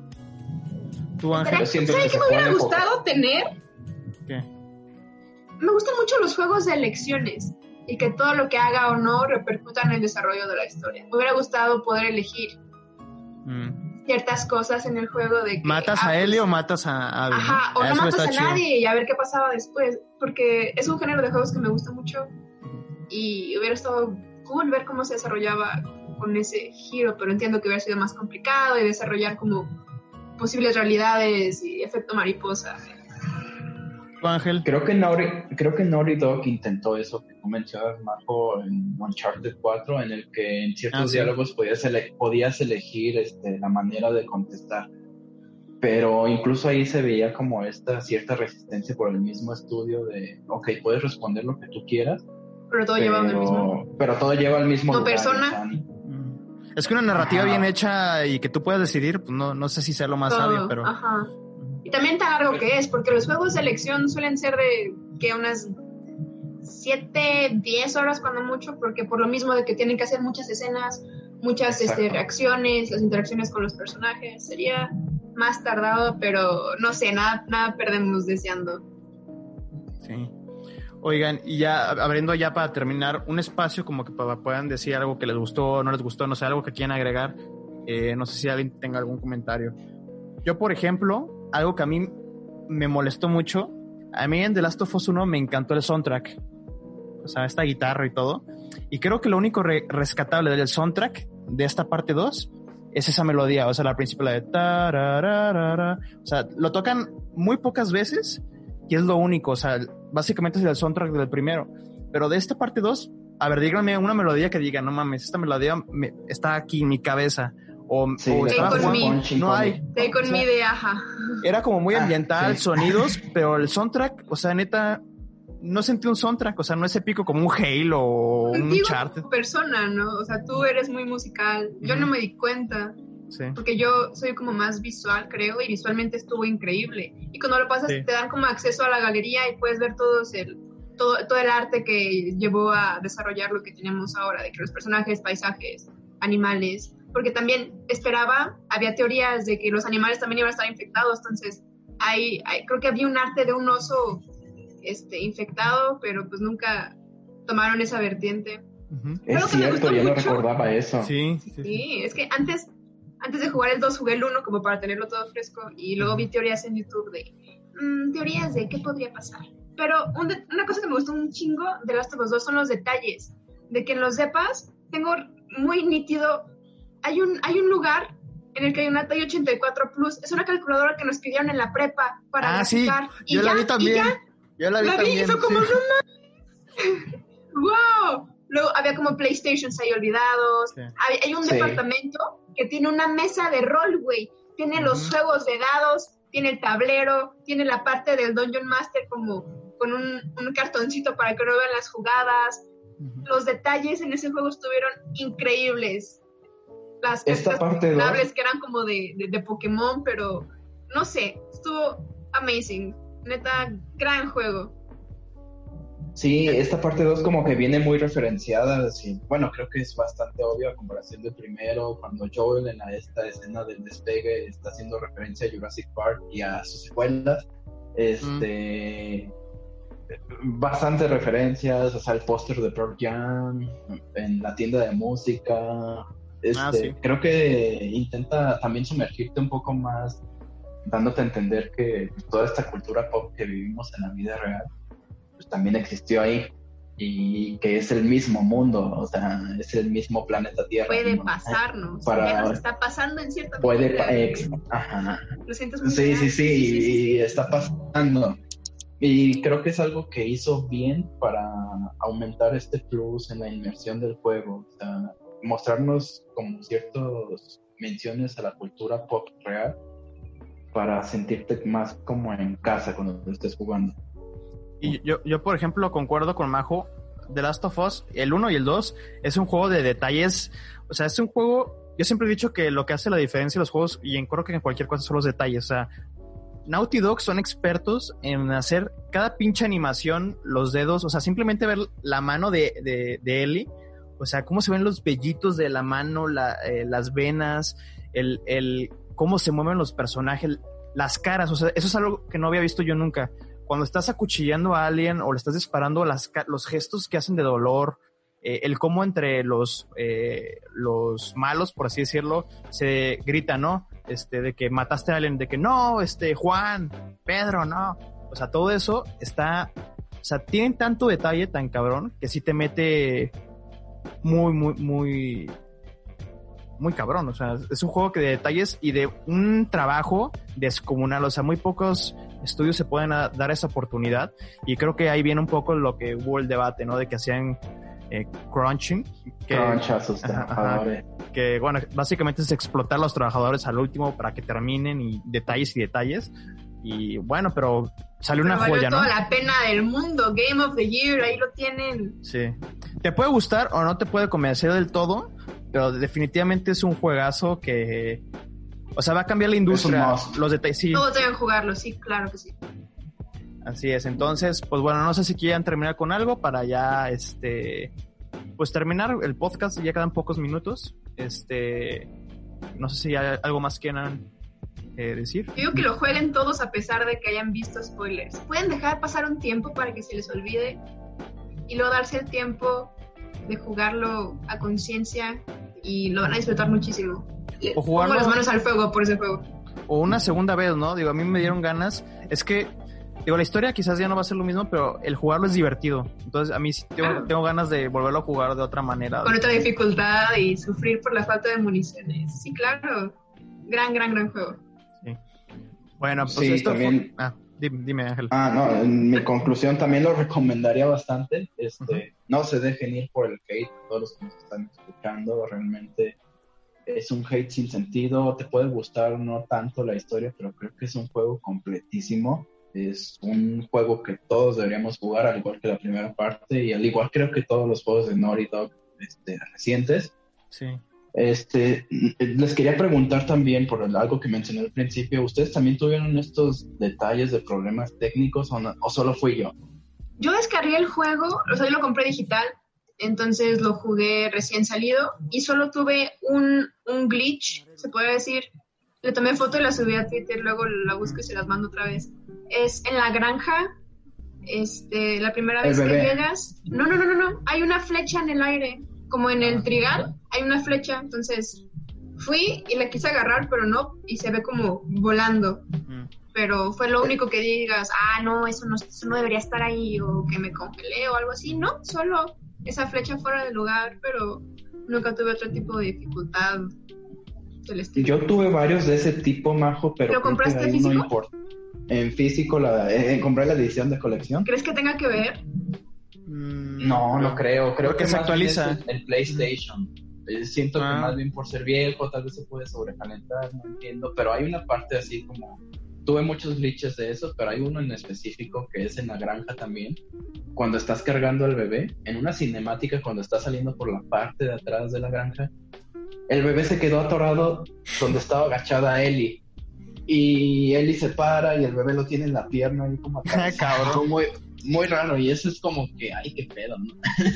Speaker 3: Tú, Ángel,
Speaker 6: Yo siento
Speaker 7: ¿Sabes
Speaker 6: que
Speaker 7: qué
Speaker 6: se
Speaker 7: me hubiera
Speaker 6: puede
Speaker 7: gustado tener?
Speaker 3: ¿qué?
Speaker 7: Me gustan mucho los juegos de elecciones y que todo lo que haga o no repercuta en el desarrollo de la historia. Me hubiera gustado poder elegir
Speaker 3: Mm.
Speaker 7: ciertas cosas en el juego de que...
Speaker 3: ¿Matas
Speaker 7: ah,
Speaker 3: a Ellie
Speaker 7: pues,
Speaker 3: o matas a Abby?
Speaker 7: Ajá, o no
Speaker 3: Eso
Speaker 7: matas
Speaker 3: está
Speaker 7: a
Speaker 3: chido.
Speaker 7: nadie y a ver qué pasaba después, porque es un género de juegos que me gusta mucho y hubiera estado cool ver cómo se desarrollaba con ese giro, pero entiendo que hubiera sido más complicado y desarrollar como posibles realidades y efecto mariposa.
Speaker 3: Ángel.
Speaker 6: Creo que Naughty, creo que Naughty Dog intentó eso que tú mencionas, Marco, en Uncharted cuatro, en el que en ciertos ah, sí. diálogos podías, ele- podías elegir este, la manera de contestar. Pero incluso ahí se veía como esta cierta resistencia por el mismo estudio de, ok, puedes responder lo que tú quieras.
Speaker 7: Pero todo
Speaker 6: pero,
Speaker 7: lleva al mismo.
Speaker 6: Pero todo lleva al mismo
Speaker 7: no
Speaker 6: lugar.
Speaker 7: Persona.
Speaker 6: O sea,
Speaker 3: es que una narrativa
Speaker 6: ajá.
Speaker 3: bien hecha y que tú puedas decidir, pues no, no sé si sea lo más
Speaker 7: todo,
Speaker 3: sabio, pero...
Speaker 7: Ajá. Y también tan largo que es, porque los juegos de elección suelen ser de que unas siete, diez horas cuando mucho, porque por lo mismo de que tienen que hacer muchas escenas, muchas este, reacciones, las interacciones con los personajes, sería más tardado, pero no sé, nada, nada perdemos deseando.
Speaker 3: Sí. Oigan, y ya abriendo ya para terminar, un espacio como que para puedan decir algo que les gustó, no les gustó, no sé, algo que quieran agregar, eh, no sé si alguien tenga algún comentario. Yo, por ejemplo, algo que a mí me molestó mucho, a mí en The Last of Us uno me encantó el soundtrack, o sea, esta guitarra y todo, y creo que lo único re- rescatable del soundtrack de esta parte dos es esa melodía, o sea, la principal de tarararara, o sea, lo tocan muy pocas veces y es lo único, o sea, básicamente es el soundtrack del primero, pero de esta parte dos, a ver, díganme una melodía que diga, no mames, esta melodía me, está aquí en mi cabeza, o,
Speaker 6: sí,
Speaker 3: o
Speaker 7: estaba jugando,
Speaker 3: no hay.
Speaker 7: Take con mi de ajá.
Speaker 3: Era como muy ambiental,
Speaker 6: ah, sí.
Speaker 3: sonidos, pero el soundtrack, o sea, neta, no sentí un soundtrack, o sea, no es épico como un Halo o un Uncharted.
Speaker 7: Persona, ¿no? O sea, tú eres muy musical, yo mm. no me di cuenta.
Speaker 3: Sí.
Speaker 7: Porque yo soy como más visual, creo, y visualmente estuvo increíble. Y cuando lo pasas, sí. te dan como acceso a la galería y puedes ver todos el, todo, todo el arte que llevó a desarrollar lo que tenemos ahora, de que los personajes, paisajes, animales, porque también esperaba, había teorías de que los animales también iban a estar infectados, entonces hay, hay, creo que había un arte de un oso este, infectado, pero pues nunca tomaron esa vertiente.
Speaker 6: Uh-huh. Es cierto, yo no recordaba eso.
Speaker 3: Sí, sí,
Speaker 7: sí, sí, es que antes... Antes de jugar el dos, jugué el uno como para tenerlo todo fresco y luego vi teorías en YouTube de mmm, teorías de qué podría pasar. Pero un de- una cosa que me gustó un chingo de Last of Us dos son los detalles. De que en los depas tengo muy nítido, hay un, hay un lugar en el que hay una Atari ochenta y cuatro Plus, es una calculadora que nos pidieron en la prepa para
Speaker 3: ah,
Speaker 7: graficar.
Speaker 3: Sí, yo y la ya, vi también. Ya, yo la vi
Speaker 7: la
Speaker 3: también.
Speaker 7: Vi y fue como,
Speaker 3: sí.
Speaker 7: no ¡wow! Luego había como PlayStations ahí olvidados. Sí. Hay, hay un sí. departamento que tiene una mesa de rol, güey. Tiene uh-huh. los juegos de dados, tiene el tablero, tiene la parte del Dungeon Master como con un, un cartoncito para que no vean las jugadas. Uh-huh. Los detalles en ese juego estuvieron increíbles. Las
Speaker 6: Esta parte
Speaker 7: tablets que eran como de, de, de Pokémon, pero no sé, estuvo amazing. Neta, gran juego.
Speaker 6: Sí, esta parte dos como que viene muy referenciada, sí. Bueno, creo que es bastante obvio a comparación del primero, cuando Joel en la, esta escena del despegue está haciendo referencia a Jurassic Park y a sus secuelas, este, mm. bastantes referencias, o sea, el póster de Pearl Jam, en la tienda de música, este, ah, sí. creo que intenta también sumergirte un poco más, dándote a entender que toda esta cultura pop que vivimos en la vida real, también existió ahí y que es el mismo mundo, o sea, es el mismo planeta Tierra.
Speaker 7: Puede
Speaker 6: ¿no?
Speaker 7: pasarnos,
Speaker 6: Para...
Speaker 7: ya nos está pasando en cierta
Speaker 6: puede pa- ex- ajá.
Speaker 7: Lo sientes muy
Speaker 6: sí,
Speaker 7: real.
Speaker 6: sí, sí,
Speaker 7: sí, sí, sí,
Speaker 6: y está pasando. Y creo que es algo que hizo bien para aumentar este plus en la inmersión del juego, o sea, mostrarnos como ciertas menciones a la cultura pop real para sentirte más como en casa cuando estés jugando.
Speaker 3: Y yo, yo, por ejemplo, concuerdo con Majo. The Last of Us, el uno y el dos, es un juego de detalles. O sea, es un juego... Yo siempre he dicho que lo que hace la diferencia de los juegos, y en, creo que en cualquier cosa, son los detalles. O sea, Naughty Dog son expertos en hacer cada pinche animación, los dedos, o sea, simplemente ver la mano de, de, de Ellie. O sea, cómo se ven los vellitos de la mano, la, eh, las venas, el, el cómo se mueven los personajes, las caras. O sea, eso es algo que no había visto yo nunca. Cuando estás acuchillando a alguien o le estás disparando, las, los gestos que hacen de dolor, eh, el cómo entre los, eh, los malos, por así decirlo, se grita, ¿no? Este, de que mataste a alguien, de que no, este, Juan, Pedro, no. O sea, todo eso está, o sea, tienen tanto detalle tan cabrón que sí te mete muy, muy, muy, muy cabrón. O sea, es un juego que de detalles y de un trabajo descomunal. O sea, muy pocos estudios se pueden a, dar esa oportunidad, y creo que ahí viene un poco lo que hubo el debate, ¿no? De que hacían eh, crunching. Que,
Speaker 6: Crunch a sus
Speaker 3: ajá,
Speaker 6: trabajadores.
Speaker 3: ajá, que, bueno, básicamente es explotar a los trabajadores al último para que terminen, y detalles y detalles. Y bueno, pero salió
Speaker 7: Pero
Speaker 3: una
Speaker 7: valió
Speaker 3: joya, ¿no?
Speaker 7: toda la pena del mundo. Game of the Year, ahí lo tienen.
Speaker 3: Sí. Te puede gustar o no te puede convencer del todo, pero definitivamente es un juegazo que, o sea, va a cambiar la industria.
Speaker 6: must.
Speaker 3: Los detalles, sí.
Speaker 7: Todos deben jugarlo, sí, claro que sí.
Speaker 3: Así es. Entonces, pues bueno, no sé si quieran terminar con algo para ya, este, pues terminar el podcast. Ya quedan pocos minutos. Este, no sé si hay algo más quieran eh, decir.
Speaker 7: Digo que lo jueguen todos a pesar de que hayan visto spoilers. Pueden dejar pasar un tiempo para que se les olvide y luego darse el tiempo de jugarlo a conciencia y lo van a disfrutar muchísimo.
Speaker 3: O jugarlo,
Speaker 7: pongo las manos al fuego por ese juego.
Speaker 3: O una segunda vez, ¿no? Digo, a mí me dieron ganas. Es que, digo, la historia quizás ya no va a ser lo mismo, pero el jugarlo es divertido. Entonces, a mí sí tengo,
Speaker 7: Ah.
Speaker 3: tengo ganas de volverlo a jugar de otra manera.
Speaker 7: Con otra dificultad y sufrir por la falta de municiones. Sí, claro. Gran, gran, gran juego.
Speaker 3: Sí. Bueno, pues
Speaker 6: Sí,
Speaker 3: esto
Speaker 6: también-
Speaker 3: fue... Ah, dime, dime, Ángel.
Speaker 6: Ah, no, en mi conclusión también lo recomendaría bastante. Este, no se dejen ir por el hate, todos los que nos están escuchando, realmente es un hate sin sentido. Te puede gustar no tanto la historia, pero creo que es un juego completísimo. Es un juego que todos deberíamos jugar, al igual que la primera parte, y al igual creo que todos los juegos de Naughty Dog este, recientes.
Speaker 3: Sí.
Speaker 6: Este, les quería preguntar también por algo que mencioné al principio, ¿ustedes también tuvieron estos detalles de problemas técnicos o, no, o solo fui yo?
Speaker 7: Yo descargué el juego, o sea, yo lo compré digital, entonces lo jugué recién salido y solo tuve un, un glitch, se puede decir. Le tomé foto y la subí a Twitter, luego la busco y se las mando otra vez. Es en la granja, este, la primera
Speaker 6: El
Speaker 7: vez que
Speaker 6: bebé.
Speaker 7: llegas. No, no, no, no, no, hay una flecha en el aire, como en el trigal, hay una flecha, entonces fui y la quise agarrar, pero no, y se ve como volando.
Speaker 3: Mm.
Speaker 7: Pero fue lo único que digas, ah, no, eso no, eso no debería estar ahí, o que me congelé o algo así. No, solo esa flecha fuera de lugar, pero nunca tuve otro tipo de dificultad del estilo.
Speaker 6: Yo tuve varios de ese tipo, Majo, pero
Speaker 7: ¿Lo
Speaker 6: creo que
Speaker 7: compraste
Speaker 6: ahí
Speaker 7: físico?
Speaker 6: no importa. En físico, la, eh, compré la edición de colección.
Speaker 7: ¿Crees que tenga que ver?
Speaker 3: Mm,
Speaker 6: No, no creo. Creo
Speaker 3: Porque
Speaker 6: que
Speaker 3: se
Speaker 6: más bien
Speaker 3: actualiza.
Speaker 6: es el, el PlayStation. Eh, Siento
Speaker 3: Ah.
Speaker 6: que más bien por ser viejo, tal vez se puede sobrecalentar, no entiendo. Pero hay una parte así como... Tuve muchos glitches de esos, pero hay uno en específico que es en la granja también. Cuando estás cargando al bebé, en una cinemática cuando está saliendo por la parte de atrás de la granja, el bebé se quedó atorado donde estaba agachada Ellie. Y Ellie se para y el bebé lo tiene en la pierna y como acá.
Speaker 3: Cabrón.
Speaker 6: Muy, muy raro, y eso es como que, ay, qué pedo, ¿no?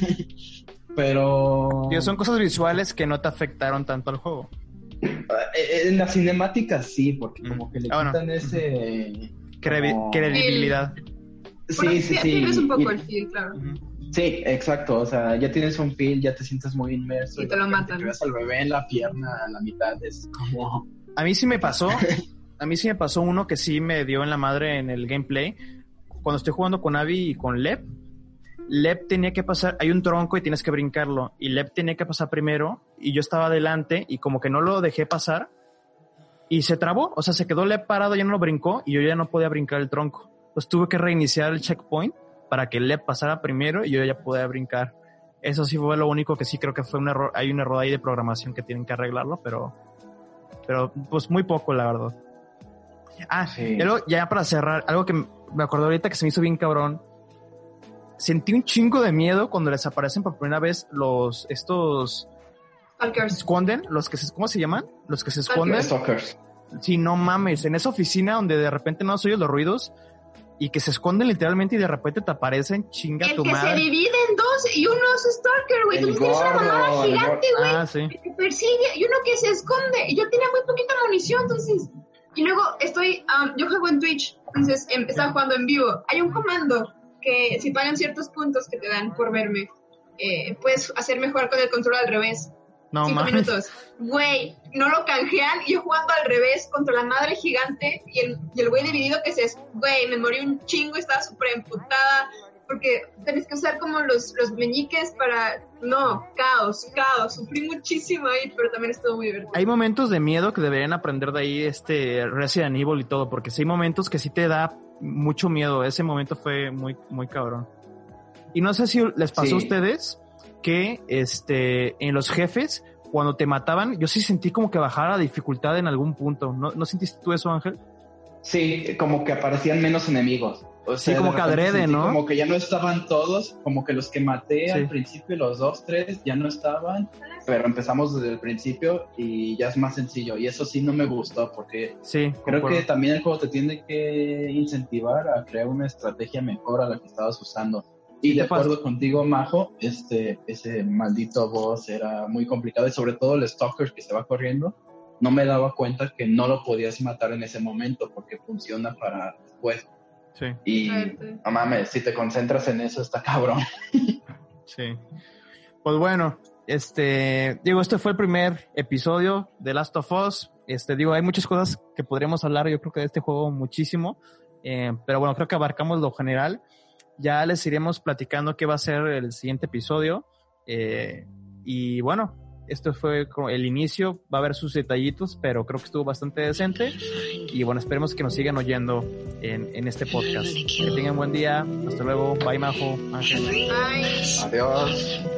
Speaker 6: Pero...
Speaker 3: Digo, son cosas visuales que no te afectaron tanto al juego.
Speaker 6: Eh, En la cinemática sí, porque
Speaker 3: Mm.
Speaker 6: como que le
Speaker 3: Ah, bueno.
Speaker 6: quitan ese...
Speaker 3: Crevi-
Speaker 6: como-
Speaker 3: Credibilidad.
Speaker 6: Sí, sí, sí.
Speaker 7: Pierdes un poco
Speaker 6: Y-
Speaker 7: el feel, claro.
Speaker 3: Ujú.
Speaker 6: Sí, exacto, o sea, ya tienes un feel, ya te sientes muy inmerso.
Speaker 7: Y te lo
Speaker 6: de repente
Speaker 7: matan.
Speaker 6: Que ves al bebé en la pierna a la mitad, es como...
Speaker 3: A mí sí me pasó, a mí sí me pasó uno que sí me dio en la madre en el gameplay. Cuando estoy jugando con Abby y con Lep, Lep tenía que pasar, hay un tronco y tienes que brincarlo, y Lep tenía que pasar primero, y yo estaba adelante, y como que no lo dejé pasar, y se trabó, o sea, se quedó Lep parado, ya no lo brincó, y yo ya no podía brincar el tronco. Pues tuve que reiniciar el checkpoint para que Lep pasara primero y yo ya podía brincar. Eso sí fue lo único que sí creo que fue un error, hay un error ahí de programación que tienen que arreglarlo, pero, pero pues muy poco, la verdad. Ah,
Speaker 6: Sí.
Speaker 3: y luego, ya para cerrar, algo que me acordé ahorita que se me hizo bien cabrón. Sentí un chingo de miedo cuando les aparecen por primera vez los, estos,
Speaker 7: Stalkers.
Speaker 3: esconden, los que se, ¿cómo se llaman? Los que se esconden.
Speaker 6: Stalkers.
Speaker 3: Sí, no mames, en esa oficina donde de repente no oyes los ruidos y que se esconden literalmente y de repente te aparecen, chinga
Speaker 7: El
Speaker 3: tu
Speaker 7: que se
Speaker 3: madre.
Speaker 7: divide en dos y uno es Stalker, güey.
Speaker 6: El
Speaker 7: Tú tienes una
Speaker 6: gordo,
Speaker 7: mamada
Speaker 6: el
Speaker 7: gigante, güey.
Speaker 3: Ah, sí.
Speaker 7: Que te persigue y uno que se esconde. Y yo tenía muy poquita munición, entonces. Y luego estoy, um, yo juego en Twitch, entonces em, estaba jugando en vivo. Hay un comando que si pagan ciertos puntos que te dan por verme, eh, puedes hacerme jugar con el control al revés.
Speaker 3: No
Speaker 7: Cinco
Speaker 3: mames.
Speaker 7: minutos. Güey, no lo canjean y yo jugando al revés contra la madre gigante y el, y el güey dividido que se... Güey, me morí un chingo, estaba súper emputada. porque tenés que usar como los, los meñiques para... No, caos, caos. Sufrí muchísimo ahí, pero también estuvo muy divertido.
Speaker 3: Hay momentos de miedo que deberían aprender de ahí este Resident Evil y todo, porque sí hay momentos que sí te da mucho miedo. Ese momento fue muy, muy cabrón. Y no sé si les pasó sí. a ustedes que este en los jefes, cuando te mataban, yo sí sentí como que bajara la dificultad en algún punto. ¿No, ¿no sentiste tú eso, Ángel?
Speaker 6: Sí, como que aparecían menos enemigos. O sea,
Speaker 3: sí, como que adrede, ¿no?
Speaker 6: Como que ya no estaban todos, como que los que maté sí. al principio, los dos, tres, ya no estaban, pero empezamos desde el principio y ya es más sencillo. Y eso sí no me gustó, porque
Speaker 3: sí,
Speaker 6: creo
Speaker 3: concuerdo.
Speaker 6: que también el juego te tiene que incentivar a crear una estrategia mejor a la que estabas usando. Y de acuerdo pasa? contigo, Majo, este, ese maldito boss era muy complicado, y sobre todo el stalker que se va corriendo, no me daba cuenta que no lo podías matar en ese momento, porque funciona para después.
Speaker 3: Sí.
Speaker 6: Y no mames, si te concentras en eso está cabrón.
Speaker 3: Sí. Pues bueno, este, digo, este fue el primer episodio de Last of Us. Este, digo, hay muchas cosas que podríamos hablar, yo creo que de este juego muchísimo, eh, pero bueno, creo que abarcamos lo general. Ya les iremos platicando qué va a ser el siguiente episodio, eh, y bueno, esto fue el inicio, va a haber sus detallitos, pero creo que estuvo bastante decente. Y bueno, esperemos que nos sigan oyendo en, en este podcast. Que tengan buen día. Hasta luego. Bye, Majo. Ángel.
Speaker 7: Bye.
Speaker 6: Adiós.